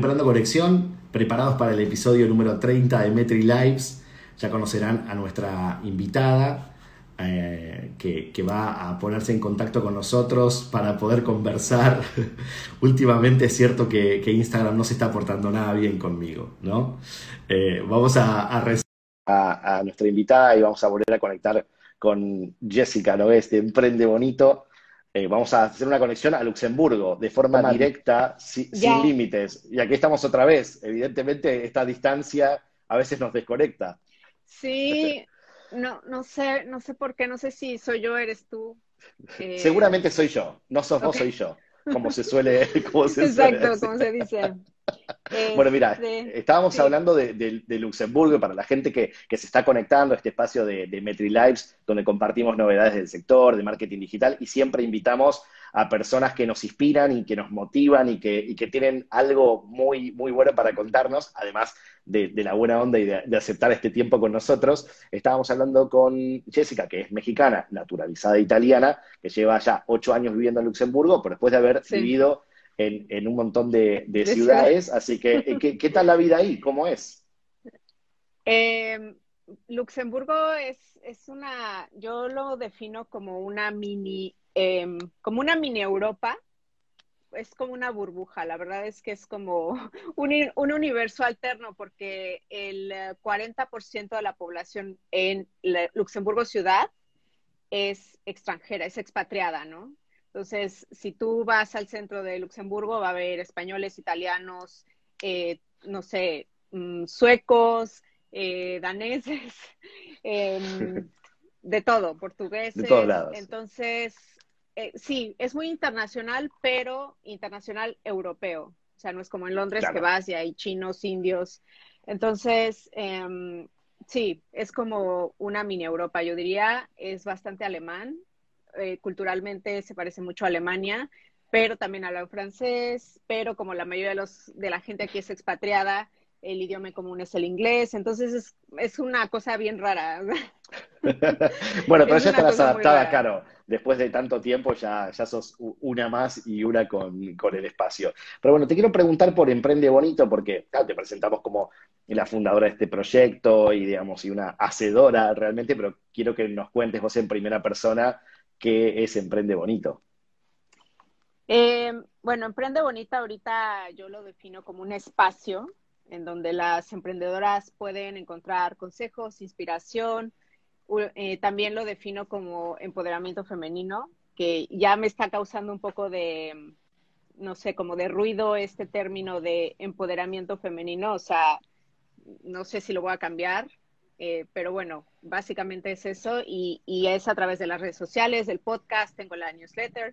Sembrando Conexión, preparados para el episodio número 30 de Metri Lives. Ya conocerán a nuestra invitada que va a ponerse en contacto con nosotros para poder conversar. Últimamente es cierto que Instagram no se está portando nada bien conmigo, ¿no? Vamos a recibir a nuestra invitada y vamos a volver a conectar con Jessica Nogués de Emprende Bonito. Vamos a hacer una conexión a Luxemburgo de forma directa, sin Ya, límites. Y aquí estamos otra vez. Evidentemente, esta distancia a veces nos desconecta. sí, no sé por qué, no sé si soy yo, eres tú. Eh, Seguramente soy yo, no sos vos, ok, soy yo, como se suele exacto, decir. como se dice. Bueno, mira, Este, estábamos sí, hablando de Luxemburgo para la gente que se está conectando a este espacio de MetriLives, donde compartimos novedades del sector, de marketing digital, y siempre invitamos a personas que nos inspiran y que nos motivan y que tienen algo muy, muy bueno para contarnos, además de la buena onda y de aceptar este tiempo con nosotros. Estábamos hablando con Jessica, que es mexicana, naturalizada italiana, que lleva ya 8 años viviendo en Luxemburgo, pero después de haber sí, vivido en un montón de de ciudad. ciudades. Así que, ¿qué tal la vida ahí? ¿Cómo es? Eh, Luxemburgo es yo lo defino como una mini Europa. Es como una burbuja, la verdad es que es como un universo alterno porque el 40% de la población en Luxemburgo ciudad es extranjera, es expatriada, ¿no? Entonces, si tú vas al centro de Luxemburgo, va a haber españoles, italianos, no sé, suecos, daneses, eh, de todo, De todos portugueses. lados. Entonces, sí, es muy internacional, pero internacional europeo. O sea, no es como en Londres que Claro. vas y hay chinos, indios. Entonces, sí, es como una mini Europa, yo diría, es bastante alemán, culturalmente se parece mucho a Alemania, pero también hablan francés, pero como la mayoría de la gente aquí es expatriada, el idioma común es el inglés, entonces es una cosa bien rara. Bueno, pero Es ya una estarás cosa muy adaptada, rara. claro. Después de tanto tiempo ya sos una más y una con el espacio. Pero bueno, te quiero preguntar por Emprende Bonito, porque claro, te presentamos como la fundadora de este proyecto y, digamos, y una hacedora realmente, pero quiero que nos cuentes vos en primera persona qué es Emprende Bonito. Bueno, Emprende Bonita ahorita yo lo defino como un espacio en donde las emprendedoras pueden encontrar consejos, inspiración. También lo defino como empoderamiento femenino, que ya me está causando un poco de, no sé, como de ruido este término de empoderamiento femenino. O sea, no sé si lo voy a cambiar, pero bueno, básicamente es eso y es a través de las redes sociales, del podcast, tengo la newsletter.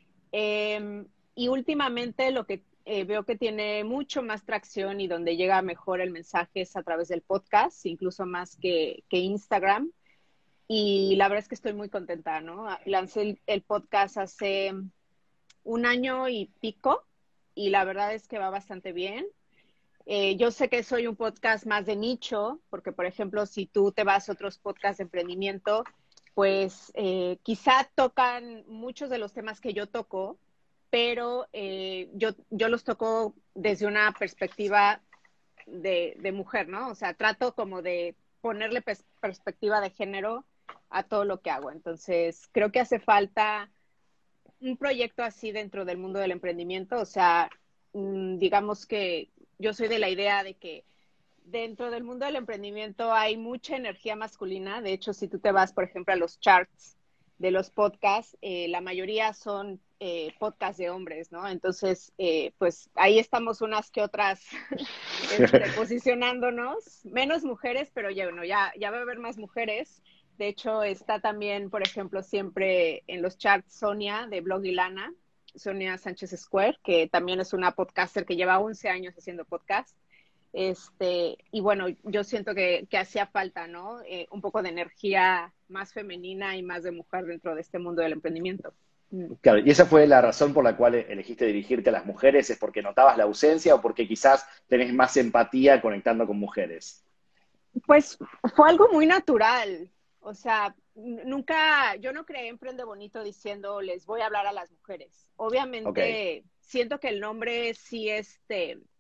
Y últimamente lo que veo que tiene mucho más tracción y donde llega mejor el mensaje es a través del podcast, incluso más que Instagram. Y la verdad es que estoy muy contenta, ¿no? Lancé el podcast hace un año y pico y la verdad es que va bastante bien. Yo sé que soy un podcast más de nicho, porque por ejemplo, si tú te vas a otros podcasts de emprendimiento, pues quizá tocan muchos de los temas que yo toco, pero yo los toco desde una perspectiva de mujer, ¿no? O sea, trato como de ponerle perspectiva de género a todo lo que hago. Entonces, creo que hace falta un proyecto así dentro del mundo del emprendimiento. O sea, digamos que yo soy de la idea de que dentro del mundo del emprendimiento hay mucha energía masculina. De hecho, si tú te vas, por ejemplo, a los charts de los podcasts, la mayoría son podcasts de hombres, ¿no? Entonces, pues ahí estamos unas que otras posicionándonos, menos mujeres, pero ya, bueno, ya va a haber más mujeres. De hecho, está también, por ejemplo, siempre en los charts Sonia de Blog y Lana, Sonia Sánchez Square, que también es una podcaster que lleva 11 años haciendo podcast. Y bueno, yo siento que hacía falta, ¿no? Un poco de energía más femenina y más de mujer dentro de este mundo del emprendimiento. Mm. Claro, y esa fue la razón por la cual elegiste dirigirte a las mujeres, ¿es porque notabas la ausencia o porque quizás tenés más empatía conectando con mujeres? Pues fue algo muy natural. O sea, yo no creé Emprende Bonito diciendo les voy a hablar a las mujeres. Ok, Obviamente, siento que el nombre sí,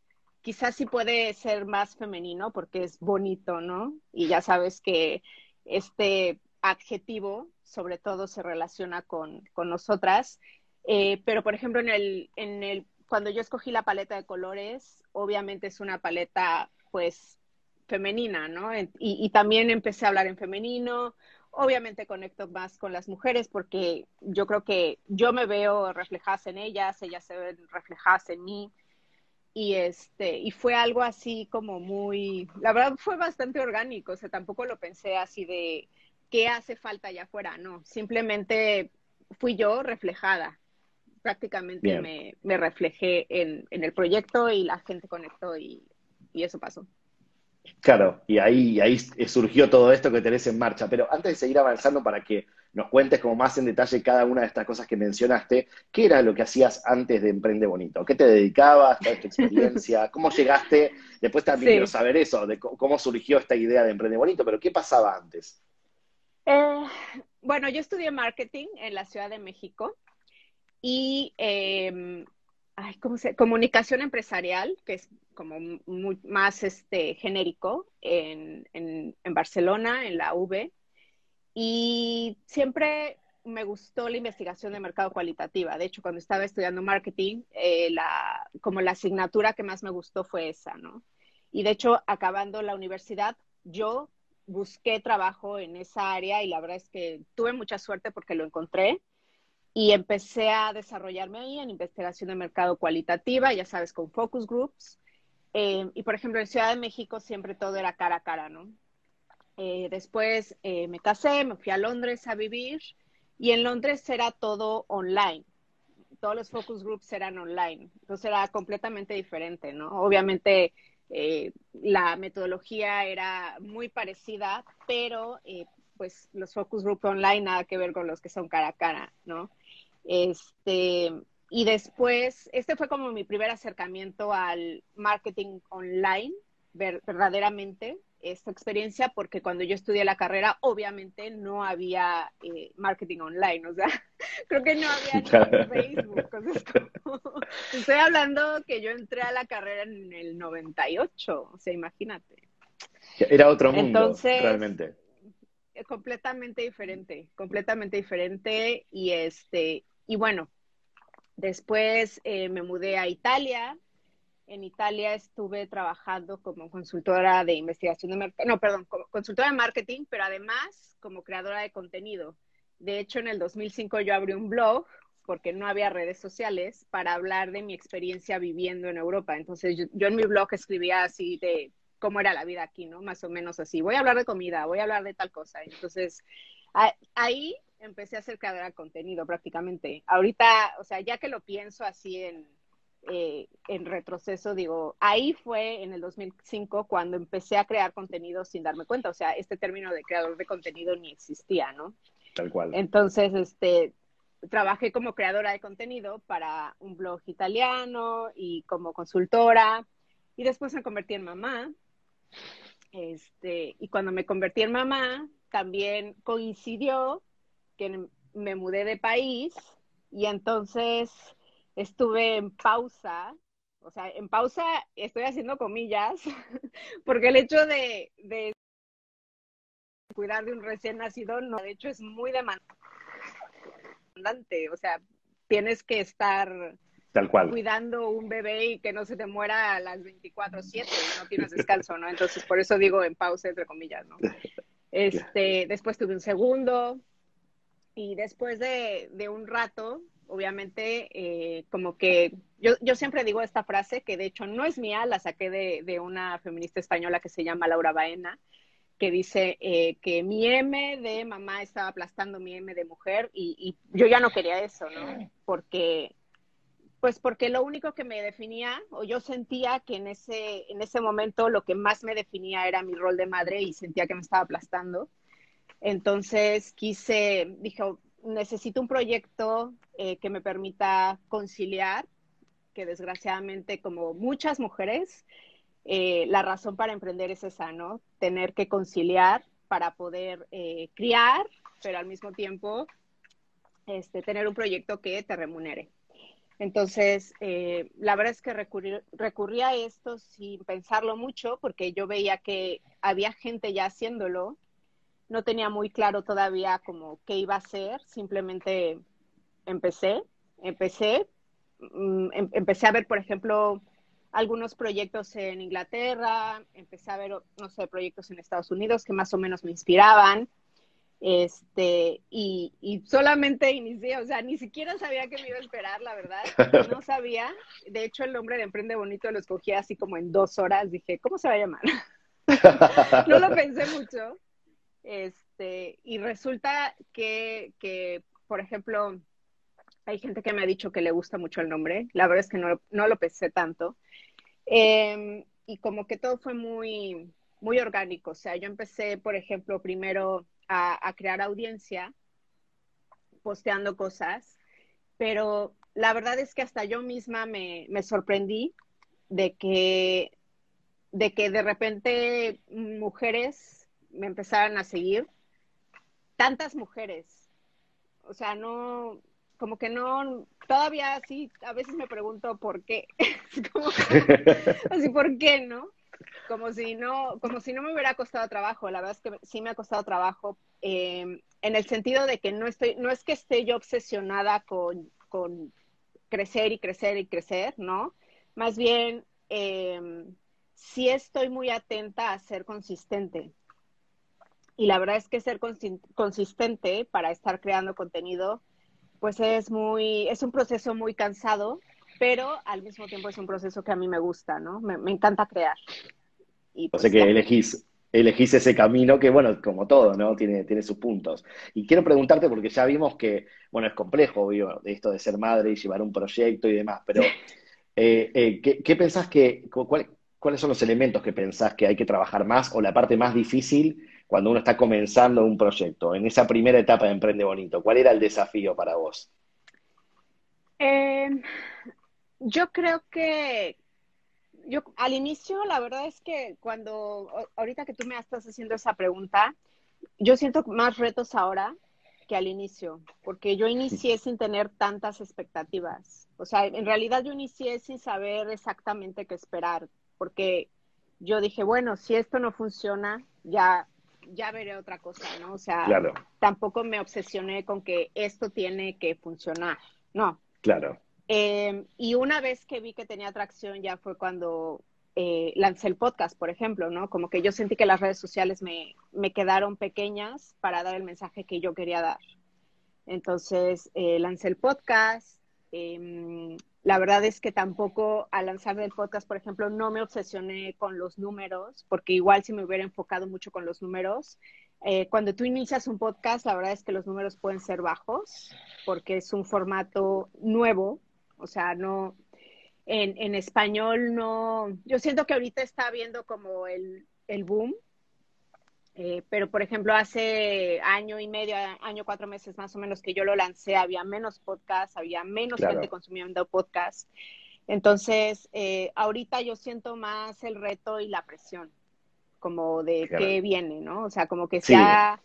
quizás sí puede ser más femenino porque es bonito, ¿no? Y ya sabes que este adjetivo sobre todo se relaciona con nosotras. Pero, por ejemplo, cuando yo escogí la paleta de colores, obviamente es una paleta, pues, femenina, ¿no? Y también empecé a hablar en femenino. Obviamente conecto más con las mujeres porque yo creo que yo me veo reflejadas en ellas se ven reflejadas en mí. Y fue algo así como muy, la verdad fue bastante orgánico, o sea, tampoco lo pensé así de qué hace falta allá afuera, no, simplemente fui yo reflejada, prácticamente Bien. me reflejé en el proyecto y la gente conectó y eso pasó. Claro, y ahí surgió todo esto que tenés en marcha. Pero antes de seguir avanzando para que nos cuentes como más en detalle cada una de estas cosas que mencionaste, ¿qué era lo que hacías antes de Emprende Bonito? ¿Qué te dedicabas? ¿Cuál es tu experiencia? ¿Cómo llegaste? Después también quiero Sí. saber eso, de cómo surgió esta idea de Emprende Bonito, pero ¿qué pasaba antes? Eh, bueno, yo estudié marketing en la Ciudad de México y comunicación empresarial, que es como más genérico en Barcelona, en la UV. Y siempre me gustó la investigación de mercado cualitativa. De hecho, cuando estaba estudiando marketing, como la asignatura que más me gustó fue esa, ¿no? Y de hecho, acabando la universidad, yo busqué trabajo en esa área y la verdad es que tuve mucha suerte porque lo encontré y empecé a desarrollarme ahí en investigación de mercado cualitativa, ya sabes, con focus groups. Y por ejemplo, en Ciudad de México siempre todo era cara a cara, ¿no? Después me casé, me fui a Londres a vivir y en Londres era todo online. Todos los focus groups eran online. Entonces era completamente diferente, ¿no? Obviamente la metodología era muy parecida, pero pues los focus group online nada que ver con los que son cara a cara, ¿no? Este, y después, este fue como mi primer acercamiento al marketing online, verdaderamente, esta experiencia, porque cuando yo estudié la carrera, obviamente no había marketing online, o sea, creo que no había ni Facebook, cosas como... Estoy hablando que yo entré a la carrera en el 98, o sea, imagínate. Era otro mundo, Entonces, realmente. completamente diferente, y bueno, después me mudé a Italia. En Italia estuve trabajando como consultora de investigación de mercado, no, perdón, como consultora de marketing, pero además como creadora de contenido. De hecho, en el 2005 yo abrí un blog porque no había redes sociales para hablar de mi experiencia viviendo en Europa. Entonces yo en mi blog escribía así de cómo era la vida aquí, ¿no? Más o menos así. Voy a hablar de comida, voy a hablar de tal cosa. Entonces ahí empecé a ser creadora de contenido prácticamente. Ahorita, o sea, ya que lo pienso así en retroceso, digo, ahí fue en el 2005 cuando empecé a crear contenido sin darme cuenta, o sea, este término de creador de contenido ni existía, ¿no? Tal cual. Entonces, trabajé como creadora de contenido para un blog italiano y como consultora, y después me convertí en mamá, y cuando me convertí en mamá, también coincidió que me mudé de país y entonces estuve en pausa, o sea, en pausa estoy haciendo comillas, porque el hecho de cuidar de un recién nacido, no, de hecho es muy demandante, o sea, tienes que estar Tal cual. cuidando un bebé y que no se te muera a las 24/7 y no tienes descanso, ¿no? Entonces, por eso digo en pausa, entre comillas, ¿no? Después tuve un segundo, y después de un rato, obviamente, como que yo siempre digo esta frase, que de hecho no es mía, la saqué de una feminista española que se llama Laura Baena, que dice que mi M de mamá estaba aplastando mi M de mujer y yo ya no quería eso, ¿no? Porque lo único que me definía, o yo sentía que en ese momento lo que más me definía era mi rol de madre y sentía que me estaba aplastando. Entonces dije, necesito un proyecto que me permita conciliar, que desgraciadamente, como muchas mujeres, la razón para emprender es esa, ¿no? Tener que conciliar para poder criar, pero al mismo tiempo tener un proyecto que te remunere. Entonces, la verdad es que recurrí a esto sin pensarlo mucho, porque yo veía que había gente ya haciéndolo. No tenía muy claro todavía como qué iba a hacer, simplemente empecé, empecé, empecé a ver, por ejemplo, algunos proyectos en Inglaterra, empecé a ver, no sé, proyectos en Estados Unidos que más o menos me inspiraban, y solamente inicié, o sea, ni siquiera sabía qué me iba a esperar, la verdad, no sabía. De hecho, el nombre de Emprende Bonito lo escogí así como en 2 horas, dije, ¿cómo se va a llamar? No lo pensé mucho, y resulta que, por ejemplo, hay gente que me ha dicho que le gusta mucho el nombre, la verdad es que no lo pensé tanto, y como que todo fue muy, muy orgánico, o sea, yo empecé, por ejemplo, primero a crear audiencia, posteando cosas, pero la verdad es que hasta yo misma me sorprendí de que, de repente mujeres me empezaran a seguir, tantas mujeres, o sea, no, como que no, todavía sí, a veces me pregunto por qué, es como, así, ¿por qué no? Como si no me hubiera costado trabajo, la verdad es que sí me ha costado trabajo, en el sentido de que no es que esté yo obsesionada con crecer y crecer y crecer, ¿no? Más bien, sí estoy muy atenta a ser consistente. Y la verdad es que ser consistente para estar creando contenido, pues es un proceso muy cansado, pero al mismo tiempo es un proceso que a mí me gusta, ¿no? Me encanta crear. Y O sea pues que ya. elegís ese camino que, bueno, como todo, ¿no? Tiene sus puntos. Y quiero preguntarte, porque ya vimos que, bueno, es complejo, obvio, esto de ser madre y llevar un proyecto y demás, pero ¿qué pensás cuáles son los elementos que pensás que hay que trabajar más o la parte más difícil cuando uno está comenzando un proyecto? En esa primera etapa de Emprende Bonito, ¿cuál era el desafío para vos? Eh, yo creo que yo al inicio, la verdad es que ahorita que tú me estás haciendo esa pregunta, yo siento más retos ahora que al inicio, porque yo inicié sin tener tantas expectativas. O sea, en realidad yo inicié sin saber exactamente qué esperar, porque yo dije, bueno, si esto no funciona, ya veré otra cosa, ¿no? O sea, Claro, tampoco me obsesioné con que esto tiene que funcionar, no. claro, Y una vez que vi que tenía atracción, ya fue cuando lancé el podcast, por ejemplo, ¿no? Como que yo sentí que las redes sociales me quedaron pequeñas para dar el mensaje que yo quería dar. Entonces, lancé el podcast. La verdad es que tampoco al lanzar el podcast, por ejemplo, no me obsesioné con los números, porque igual si me hubiera enfocado mucho con los números, cuando tú inicias un podcast, la verdad es que los números pueden ser bajos, porque es un formato nuevo, o sea, no, en español no, yo siento que ahorita está habiendo como el boom, pero, por ejemplo, hace año y medio, año, 4 meses más o menos que yo lo lancé, había menos podcasts, había menos gente claro, consumiendo podcasts. Entonces, ahorita yo siento más el reto y la presión, como de claro. qué viene, ¿no? O sea, como que Sí, sea,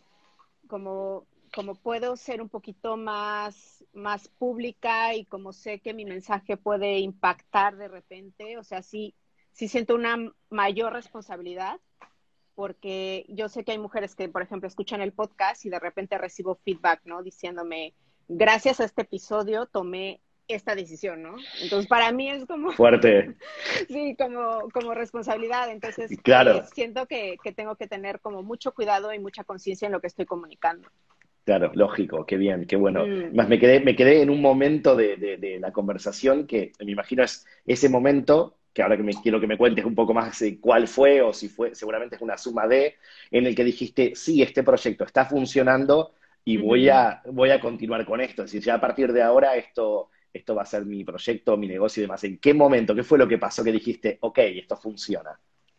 como puedo ser un poquito más pública y como sé que mi mensaje puede impactar de repente, o sea, sí siento una mayor responsabilidad porque yo sé que hay mujeres que, por ejemplo, escuchan el podcast y de repente recibo feedback, ¿no? Diciéndome, gracias a este episodio tomé esta decisión, ¿no? Entonces, para mí es como, fuerte, sí, como responsabilidad. Entonces, claro. siento que tengo que tener como mucho cuidado y mucha conciencia en lo que estoy comunicando. Claro, lógico, qué bien, qué bueno. Mm, Además, me quedé en un momento de la conversación que me imagino es ese momento, que ahora quiero que me cuentes un poco más de cuál fue o si fue, seguramente es una suma de, en el que dijiste, sí, este proyecto está funcionando y voy ujú. a, voy a continuar con esto. Es decir, ya a partir de ahora esto va a ser mi proyecto, mi negocio y demás. ¿En qué momento, qué fue lo que pasó que dijiste, ok, esto funciona?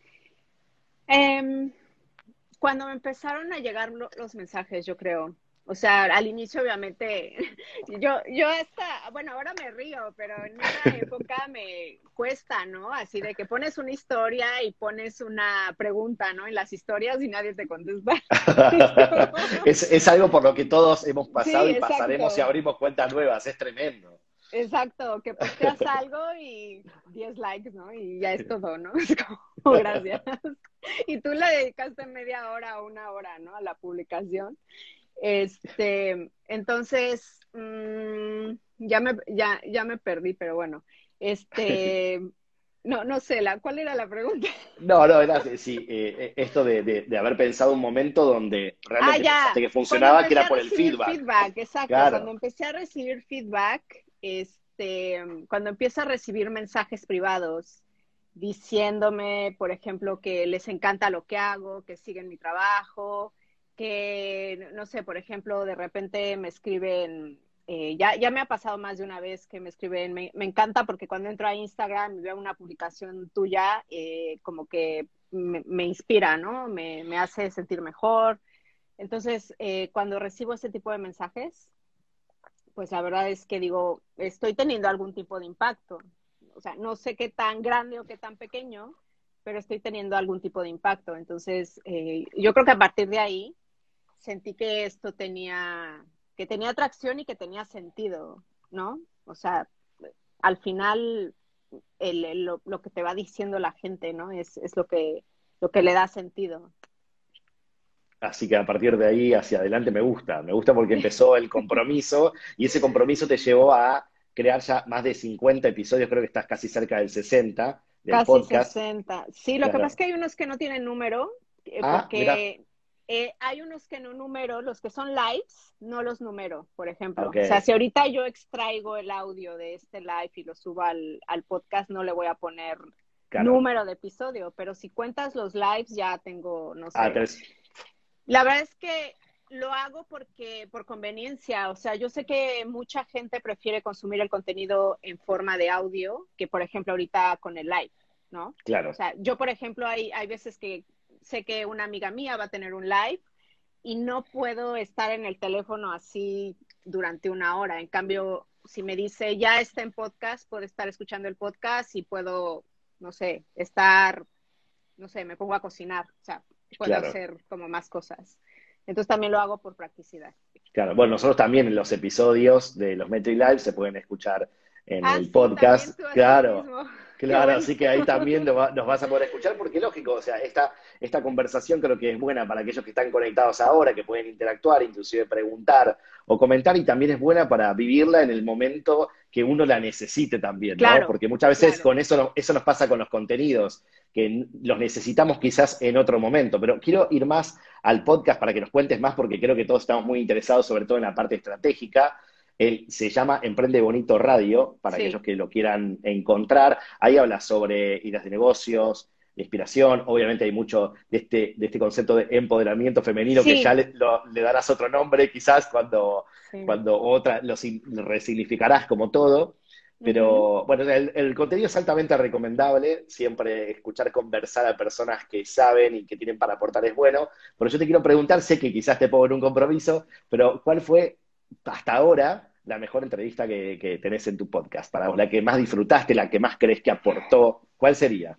Em, Cuando me empezaron a llegar los mensajes, yo creo. O sea, al inicio obviamente, yo hasta, bueno, ahora me río, pero en esa época me cuesta, ¿no? Así de que pones una historia y pones una pregunta, ¿no? En las historias y nadie te contesta. Es como, Es algo por lo que todos hemos pasado sí, y pasaremos si exacto. abrimos cuentas nuevas, es tremendo. exacto, que posteas algo y 10 likes, ¿no? Y ya es todo, ¿no? Es como, gracias. Y tú le dedicaste media hora o una hora, ¿no? A la publicación. Entonces, ya me perdí, pero bueno, no sé, ¿cuál era la pregunta? No, no, era sí, esto de haber pensado un momento donde Ah, realmente pensaste ya, que cuando funcionaba, que empecé era a por el recibir feedback. feedback, exacto, cuando Claro, empecé a recibir feedback, cuando empiezo a recibir mensajes privados diciéndome, por ejemplo, que les encanta lo que hago, que siguen mi trabajo, que, no sé, por ejemplo, de repente me escriben, ya me ha pasado más de una vez que me escriben, me encanta porque cuando entro a Instagram y veo una publicación tuya, como que me inspira, ¿no? Me hace sentir mejor. Entonces, cuando recibo este tipo de mensajes, pues la verdad es que digo, estoy teniendo algún tipo de impacto. O sea, no sé qué tan grande o qué tan pequeño, pero estoy teniendo algún tipo de impacto. Entonces, yo creo que a partir de ahí sentí que que tenía atracción y que tenía sentido, ¿no? O sea, al final lo que te va diciendo la gente, ¿no? Es lo que le da sentido. así que a partir de ahí hacia adelante me gusta porque empezó el compromiso y ese compromiso te llevó a crear ya más de 50 episodios, creo que estás casi cerca del 60 del Casi podcast. 60. Sí, lo que pasa es Claro. que hay unos que no tienen número, Ah, mira, porque hay unos que no numero, los que son lives, no los numero, por ejemplo. ok, O sea, si ahorita yo extraigo el audio de este live y lo subo al podcast, no le voy a poner claro. número de episodio, pero si cuentas los lives ya tengo, no Ah, sé. La verdad es que lo hago por conveniencia, o sea, yo sé que mucha gente prefiere consumir el contenido en forma de audio que, por ejemplo, ahorita con el live, ¿no? O claro, sea, yo, por ejemplo, hay veces que sé que una amiga mía va a tener un live y no puedo estar en el teléfono así durante una hora. En cambio, si me dice ya está en podcast, puedo estar escuchando el podcast y puedo, no sé, no sé, me pongo a cocinar, o sea, puedo claro. hacer como más cosas. Entonces también lo hago por practicidad. Claro, bueno, nosotros también en los episodios de los Metri Live se pueden escuchar en Ah, el sí, también podcast. tú haces lo Claro, mismo. Qué claro, así que buenísimo. ahí también nos vas a poder escuchar, porque lógico, o sea, esta conversación creo que es buena para aquellos que están conectados ahora, que pueden interactuar, inclusive preguntar o comentar, y también es buena para vivirla en el momento que uno la necesite también, ¿no? Claro, Porque muchas veces claro. con eso, eso nos pasa con los contenidos, que los necesitamos quizás en otro momento, pero quiero ir más al podcast para que nos cuentes más, porque creo que todos estamos muy interesados, sobre todo en la parte estratégica. Él se llama Emprende Bonito Radio, para aquellos Sí, que lo quieran encontrar. Ahí habla sobre ideas de negocios, de inspiración. Obviamente hay mucho de este concepto de empoderamiento femenino que ya sí, le darás otro nombre quizás sí. cuando otra lo resignificarás como todo. Ujú. Pero bueno, el contenido es altamente recomendable. Siempre escuchar conversar a personas que saben y que tienen para aportar es bueno. Pero yo te quiero preguntar, sé que quizás te pongo en un compromiso, pero ¿cuál fue hasta ahora la mejor entrevista que tenés en tu podcast? Para vos, la que más disfrutaste, la que más crees que aportó, ¿cuál sería?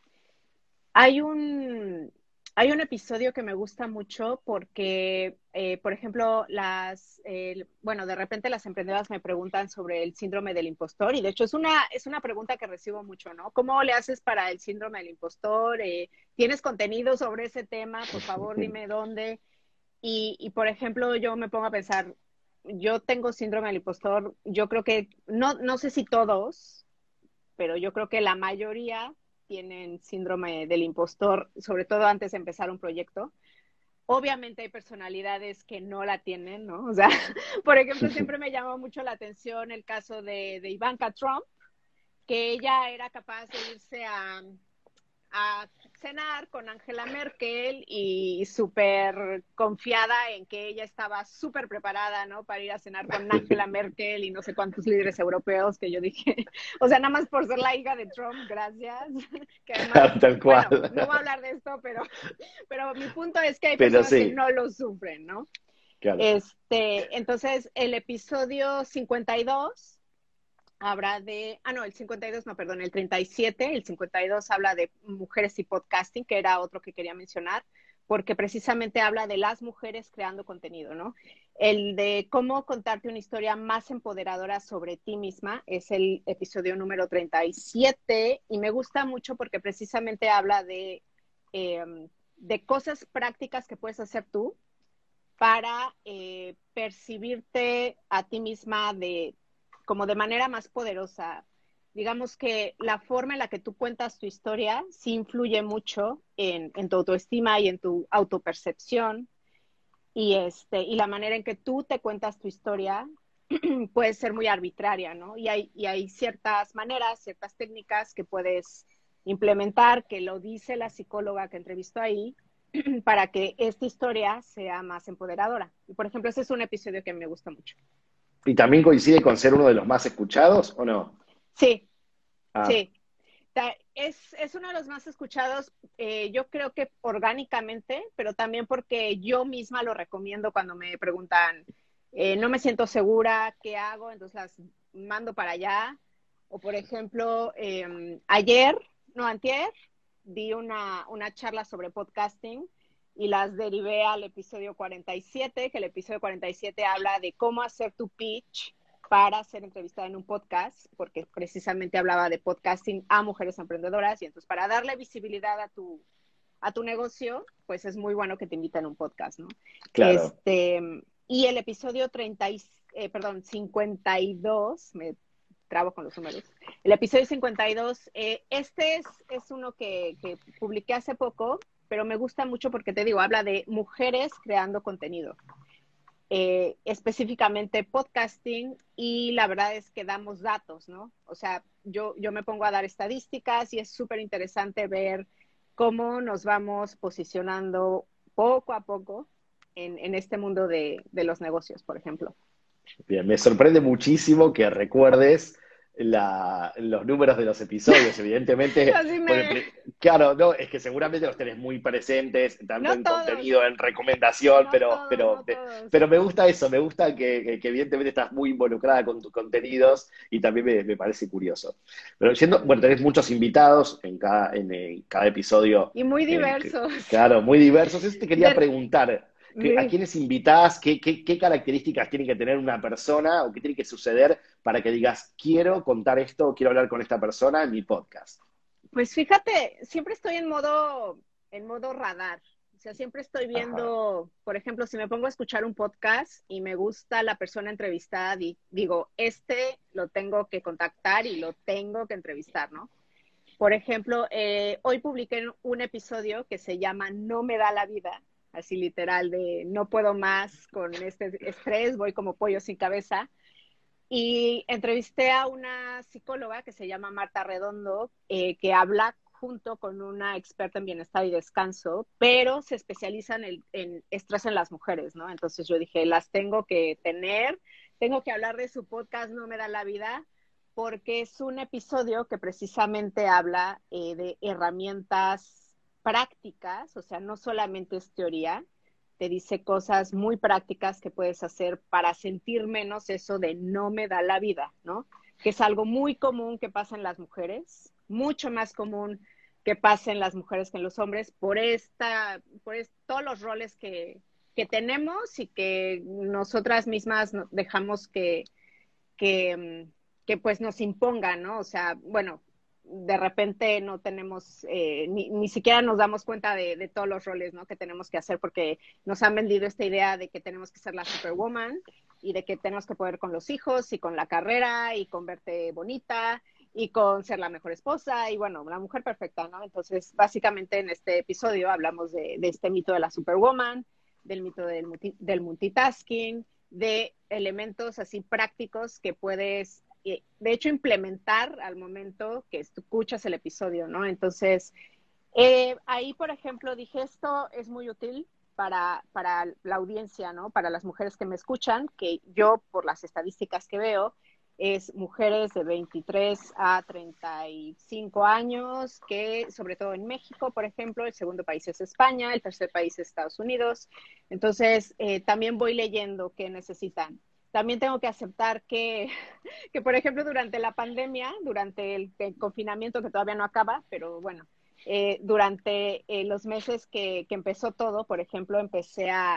Hay un, hay un episodio que me gusta mucho porque, por ejemplo, bueno, de repente las emprendedoras me preguntan sobre el síndrome del impostor y de hecho es una pregunta que recibo mucho, ¿no? ¿Cómo le haces para el síndrome del impostor? ¿Tienes contenido sobre ese tema? Por favor, dime dónde. Por ejemplo, yo me pongo a pensar, yo tengo síndrome del impostor, yo creo que, no sé si todos, pero yo creo que la mayoría tienen síndrome del impostor, sobre todo antes de empezar un proyecto. Obviamente hay personalidades que no la tienen, ¿no? O sea, por ejemplo, siempre me llamó mucho la atención el caso de Ivanka Trump, que ella era capaz de irse a cenar con Angela Merkel y súper confiada en que ella estaba súper preparada, ¿no? Para ir a cenar con Angela Merkel y no sé cuántos líderes europeos que yo dije, o sea, nada más por ser la hija de Trump, gracias. Que además, Tal cual. bueno, no voy a hablar de esto, pero mi punto es que hay Pero personas que sí, no lo sufren, ¿no? claro. Entonces, el episodio 52 habrá no, el 52 no, perdón, el 37, el 52 habla de mujeres y podcasting, que era otro que quería mencionar, porque precisamente habla de las mujeres creando contenido, ¿no? El de cómo contarte una historia más empoderadora sobre ti misma es el episodio número 37 y me gusta mucho porque precisamente habla de cosas prácticas que puedes hacer tú para percibirte a ti misma como de manera más poderosa. Digamos que la forma en la que tú cuentas tu historia sí influye mucho en tu autoestima y en tu autopercepción y la manera en que tú te cuentas tu historia puede ser muy arbitraria, ¿no? Y hay ciertas maneras, ciertas técnicas que puedes implementar, que lo dice la psicóloga que entrevistó ahí, para que esta historia sea más empoderadora. Y, por ejemplo, ese es un episodio que me gusta mucho. ¿Y también coincide con ser uno de los más escuchados o no? Sí, Ah, sí. Es uno de los más escuchados, yo creo que orgánicamente, pero también porque yo misma lo recomiendo cuando me preguntan, no me siento segura, ¿qué hago? Entonces las mando para allá. O por ejemplo, antier, di una charla sobre podcasting y las derivé al episodio 47, que el episodio 47 habla de cómo hacer tu pitch para ser entrevistada en un podcast, porque precisamente hablaba de podcasting a mujeres emprendedoras y entonces para darle visibilidad a tu negocio, pues es muy bueno que te inviten a un podcast, ¿no? claro. Y el episodio 52, me trabo con los números, el episodio 52, este es uno que publiqué hace poco, pero me gusta mucho porque te digo, habla de mujeres creando contenido. Específicamente podcasting y la verdad es que damos datos, ¿no? O sea, yo me pongo a dar estadísticas y es súper interesante ver cómo nos vamos posicionando poco a poco en este mundo de los negocios, por ejemplo. Bien, me sorprende muchísimo que recuerdes los números de los episodios, evidentemente, Así porque, claro, no, es que seguramente los tenés muy presentes, tanto no en todos, contenido, en recomendación, no todos, no todos. pero me gusta eso, me gusta que evidentemente estás muy involucrada con tus contenidos y también me parece curioso. Pero bueno, tenés muchos invitados en cada episodio, Y muy diversos. claro, muy diversos. Eso te quería De, preguntar. ¿A de, quiénes invitás? ¿Qué características tiene que tener una persona o qué tiene que suceder para que digas, quiero contar esto, quiero hablar con esta persona en mi podcast? Pues fíjate, siempre estoy en modo radar. O sea, siempre estoy Ajá, viendo, por ejemplo, si me pongo a escuchar un podcast y me gusta la persona entrevistada, digo, lo tengo que contactar y lo tengo que entrevistar, ¿no? Por ejemplo, hoy publiqué un episodio que se llama No me da la vida, así literal, de no puedo más con este estrés, voy como pollo sin cabeza. Y entrevisté a una psicóloga que se llama Marta Redondo, que habla junto con una experta en bienestar y descanso, pero se especializa en estrés en las mujeres, ¿no? Entonces yo dije, las tengo que tener, tengo que hablar de su podcast No me da la vida, porque es un episodio que precisamente habla de herramientas prácticas, o sea, no solamente es teoría, te dice cosas muy prácticas que puedes hacer para sentir menos eso de no me da la vida, ¿no? Que es algo muy común que pasa en las mujeres, mucho más común que pasa en las mujeres que en los hombres, todos los roles que tenemos y que nosotras mismas dejamos que, que pues nos impongan, ¿no? O sea, bueno, de repente no tenemos, ni siquiera nos damos cuenta de todos los roles, ¿no? Que tenemos que hacer porque nos han vendido esta idea de que tenemos que ser la superwoman y de que tenemos que poder con los hijos y con la carrera y con verte bonita y con ser la mejor esposa y bueno, la mujer perfecta, ¿no? Entonces, básicamente en este episodio hablamos de este mito de la superwoman, del mito del multitasking, de elementos así prácticos que puedes, de hecho, implementar al momento que escuchas el episodio, ¿no? Entonces, ahí, por ejemplo, dije, esto es muy útil para la audiencia, ¿no? Para las mujeres que me escuchan, que yo, por las estadísticas que veo, es mujeres de 23 a 35 años, que sobre todo en México, por ejemplo, el segundo país es España, el tercer país es Estados Unidos. Entonces, también voy leyendo qué necesitan. También tengo que aceptar que, por ejemplo, durante la pandemia, durante el confinamiento que todavía no acaba, pero bueno, durante los meses que empezó todo, por ejemplo, empecé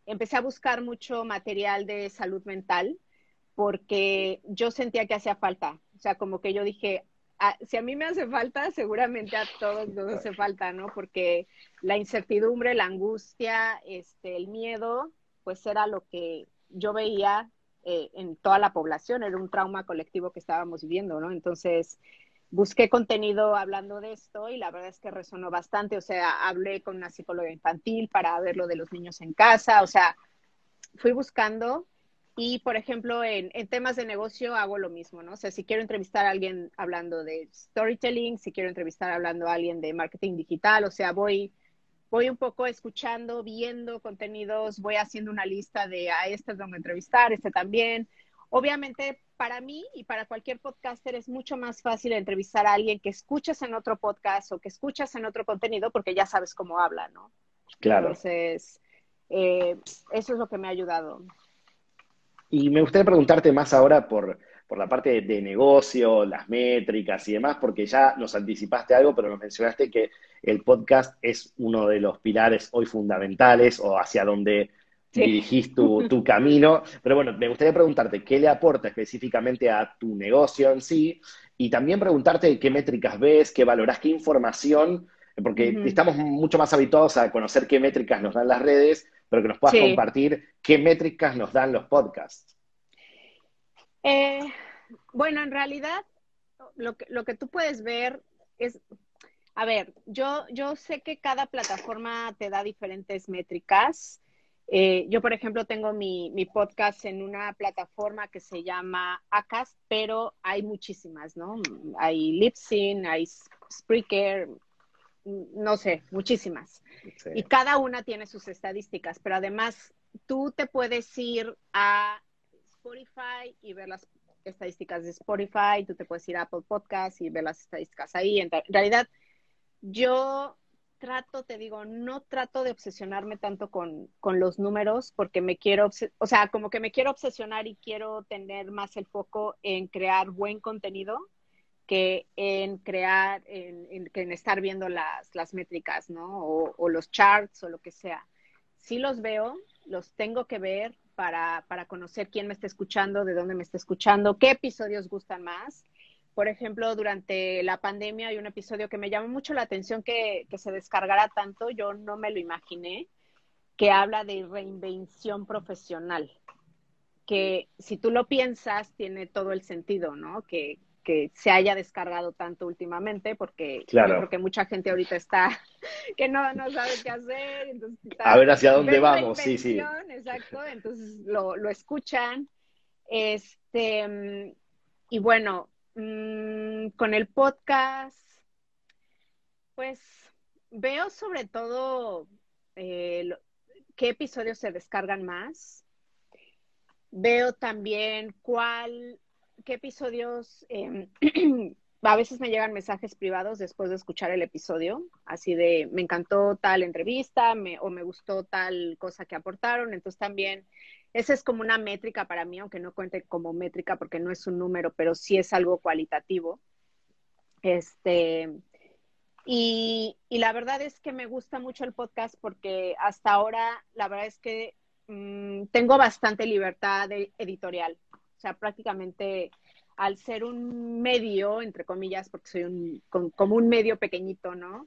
empecé a buscar mucho material de salud mental porque yo sentía que hacía falta. O sea, como que yo dije, si a mí me hace falta, seguramente a todos nos hace falta, ¿no? Porque la incertidumbre, la angustia, el miedo, pues era lo que yo veía en toda la población, era un trauma colectivo que estábamos viviendo, ¿no? Entonces, busqué contenido hablando de esto y la verdad es que resonó bastante, o sea, hablé con una psicóloga infantil para ver lo de los niños en casa, o sea, fui buscando y, por ejemplo, en temas de negocio hago lo mismo, ¿no? O sea, si quiero entrevistar a alguien hablando de storytelling, si quiero entrevistar hablando a alguien de marketing digital, o sea, voy un poco escuchando, viendo contenidos, voy haciendo una lista de a este tengo que entrevistar, este también. Obviamente, para mí y para cualquier podcaster es mucho más fácil entrevistar a alguien que escuchas en otro podcast o que escuchas en otro contenido porque ya sabes cómo habla, ¿no? Claro. Entonces, eso es lo que me ha ayudado. Y me gustaría preguntarte más ahora por la parte de negocio, las métricas y demás, porque ya nos anticipaste algo, pero nos mencionaste que el podcast es uno de los pilares hoy fundamentales o hacia donde Sí. dirigís tu camino. Pero bueno, me gustaría preguntarte qué le aporta específicamente a tu negocio en sí y también preguntarte qué métricas ves, qué valorás, qué información, porque Ujú. estamos mucho más habituados a conocer qué métricas nos dan las redes, pero que nos puedas Sí. compartir qué métricas nos dan los podcasts. Eh, bueno, en realidad, lo que tú puedes ver es, a ver, yo sé que cada plataforma te da diferentes métricas. Yo, por ejemplo, tengo mi podcast en una plataforma que se llama Acast, pero hay muchísimas, ¿no? Hay Libsyn, hay Spreaker, no sé, muchísimas. Sí, Y cada una tiene sus estadísticas, pero además tú te puedes ir a Spotify y ver las estadísticas de Spotify, tú te puedes ir a Apple Podcasts y ver las estadísticas ahí. En realidad, yo trato, te digo, no trato de obsesionarme tanto con los números porque me quiero, o sea, como que me quiero obsesionar y quiero tener más el foco en crear buen contenido que en crear, que en estar viendo las métricas, ¿no? O los charts o lo que sea. Sí los veo, los tengo que ver para conocer quién me está escuchando, de dónde me está escuchando, qué episodios gustan más. Por ejemplo, durante la pandemia hay un episodio que me llamó mucho la atención que se descargara tanto, yo no me lo imaginé, que habla de reinvención profesional, que si tú lo piensas tiene todo el sentido, ¿no? Que se haya descargado tanto últimamente, porque yo creo claro. que mucha gente ahorita está, que no sabe qué hacer, entonces A está, ver hacia dónde ven vamos, sí, sí. reinvención, exacto, entonces lo escuchan, y bueno, con el podcast, pues veo sobre todo qué episodios se descargan más. Veo también qué episodios, a veces me llegan mensajes privados después de escuchar el episodio, así de me encantó tal entrevista o me gustó tal cosa que aportaron, entonces también esa es como una métrica para mí, aunque no cuente como métrica porque no es un número, pero sí es algo cualitativo. Este, y la verdad es que me gusta mucho el podcast porque hasta ahora la verdad es que tengo bastante libertad editorial. O sea, prácticamente al ser un medio, entre comillas, porque soy como un medio pequeñito, ¿no?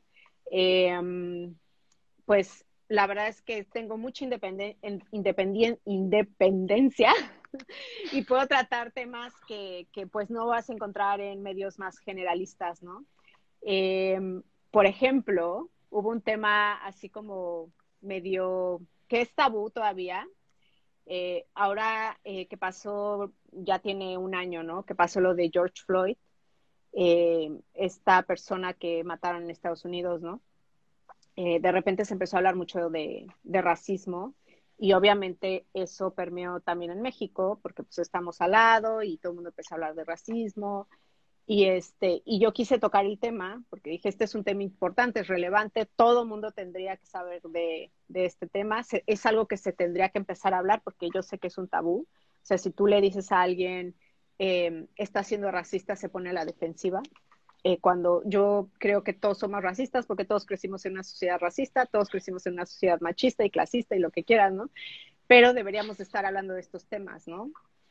Pues la verdad es que tengo mucha independencia y puedo tratar temas que pues no vas a encontrar en medios más generalistas, ¿no? Eh, por ejemplo, hubo un tema así como medio que es tabú todavía. Ahora que pasó, ya tiene un año, ¿no? Que pasó lo de George Floyd, esta persona que mataron en Estados Unidos, ¿no? De repente se empezó a hablar mucho de racismo y obviamente eso permeó también en México porque pues estamos al lado y todo el mundo empezó a hablar de racismo y yo quise tocar el tema porque dije, este es un tema importante, es relevante, todo el mundo tendría que saber de este tema, es algo que se tendría que empezar a hablar porque yo sé que es un tabú. O sea, si tú le dices a alguien, está siendo racista, se pone a la defensiva. cuando yo creo que todos somos racistas porque todos crecimos en una sociedad racista, todos crecimos en una sociedad machista y clasista y lo que quieras, ¿no? Pero deberíamos de estar hablando de estos temas, ¿no?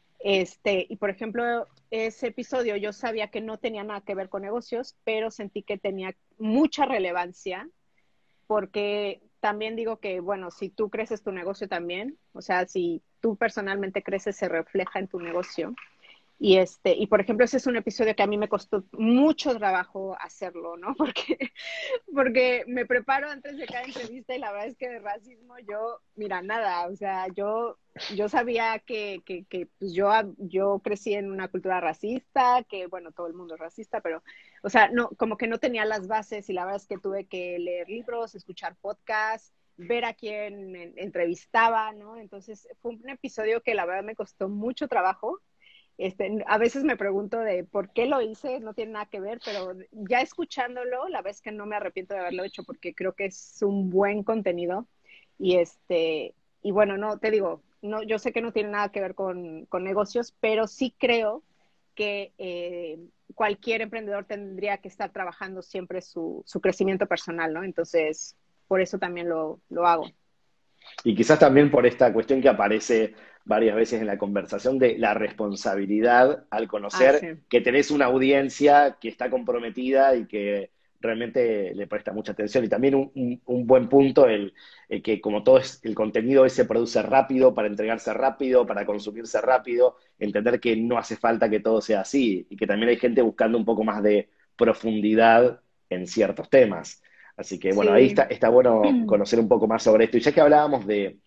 Y por ejemplo, ese episodio yo sabía que no tenía nada que ver con negocios, pero sentí que tenía mucha relevancia porque también digo que, bueno, si tú creces tu negocio también, o sea, si tú personalmente creces, se refleja en tu negocio. Y por ejemplo, ese es un episodio que a mí me costó mucho trabajo hacerlo, ¿no? Porque me preparo antes de cada entrevista y la verdad es que de racismo yo, mira, nada, o sea, yo sabía que pues yo crecí en una cultura racista, que bueno, todo el mundo es racista, pero, o sea, no, como que no tenía las bases y la verdad es que tuve que leer libros, escuchar podcasts, ver a quién entrevistaba, ¿no? Entonces fue un episodio que la verdad me costó mucho trabajo. A veces me pregunto de por qué lo hice, no tiene nada que ver, pero ya escuchándolo, la vez que no me arrepiento de haberlo hecho porque creo que es un buen contenido. Y y bueno, no, te digo, no, yo sé que no tiene nada que ver con negocios, pero sí creo que cualquier emprendedor tendría que estar trabajando siempre su crecimiento personal, ¿no? Entonces, por eso también lo hago. Y quizás también por esta cuestión que aparece varias veces en la conversación de la responsabilidad al Ah, conocer sí. que tenés una audiencia que está comprometida y que realmente le presta mucha atención. Y también un buen punto el que como todo el contenido se produce rápido, para entregarse rápido, para consumirse rápido, entender que no hace falta que todo sea así y que también hay gente buscando un poco más de profundidad en ciertos temas. Así que bueno, ahí Sí. está bueno conocer un poco más sobre esto. Y ya que hablábamos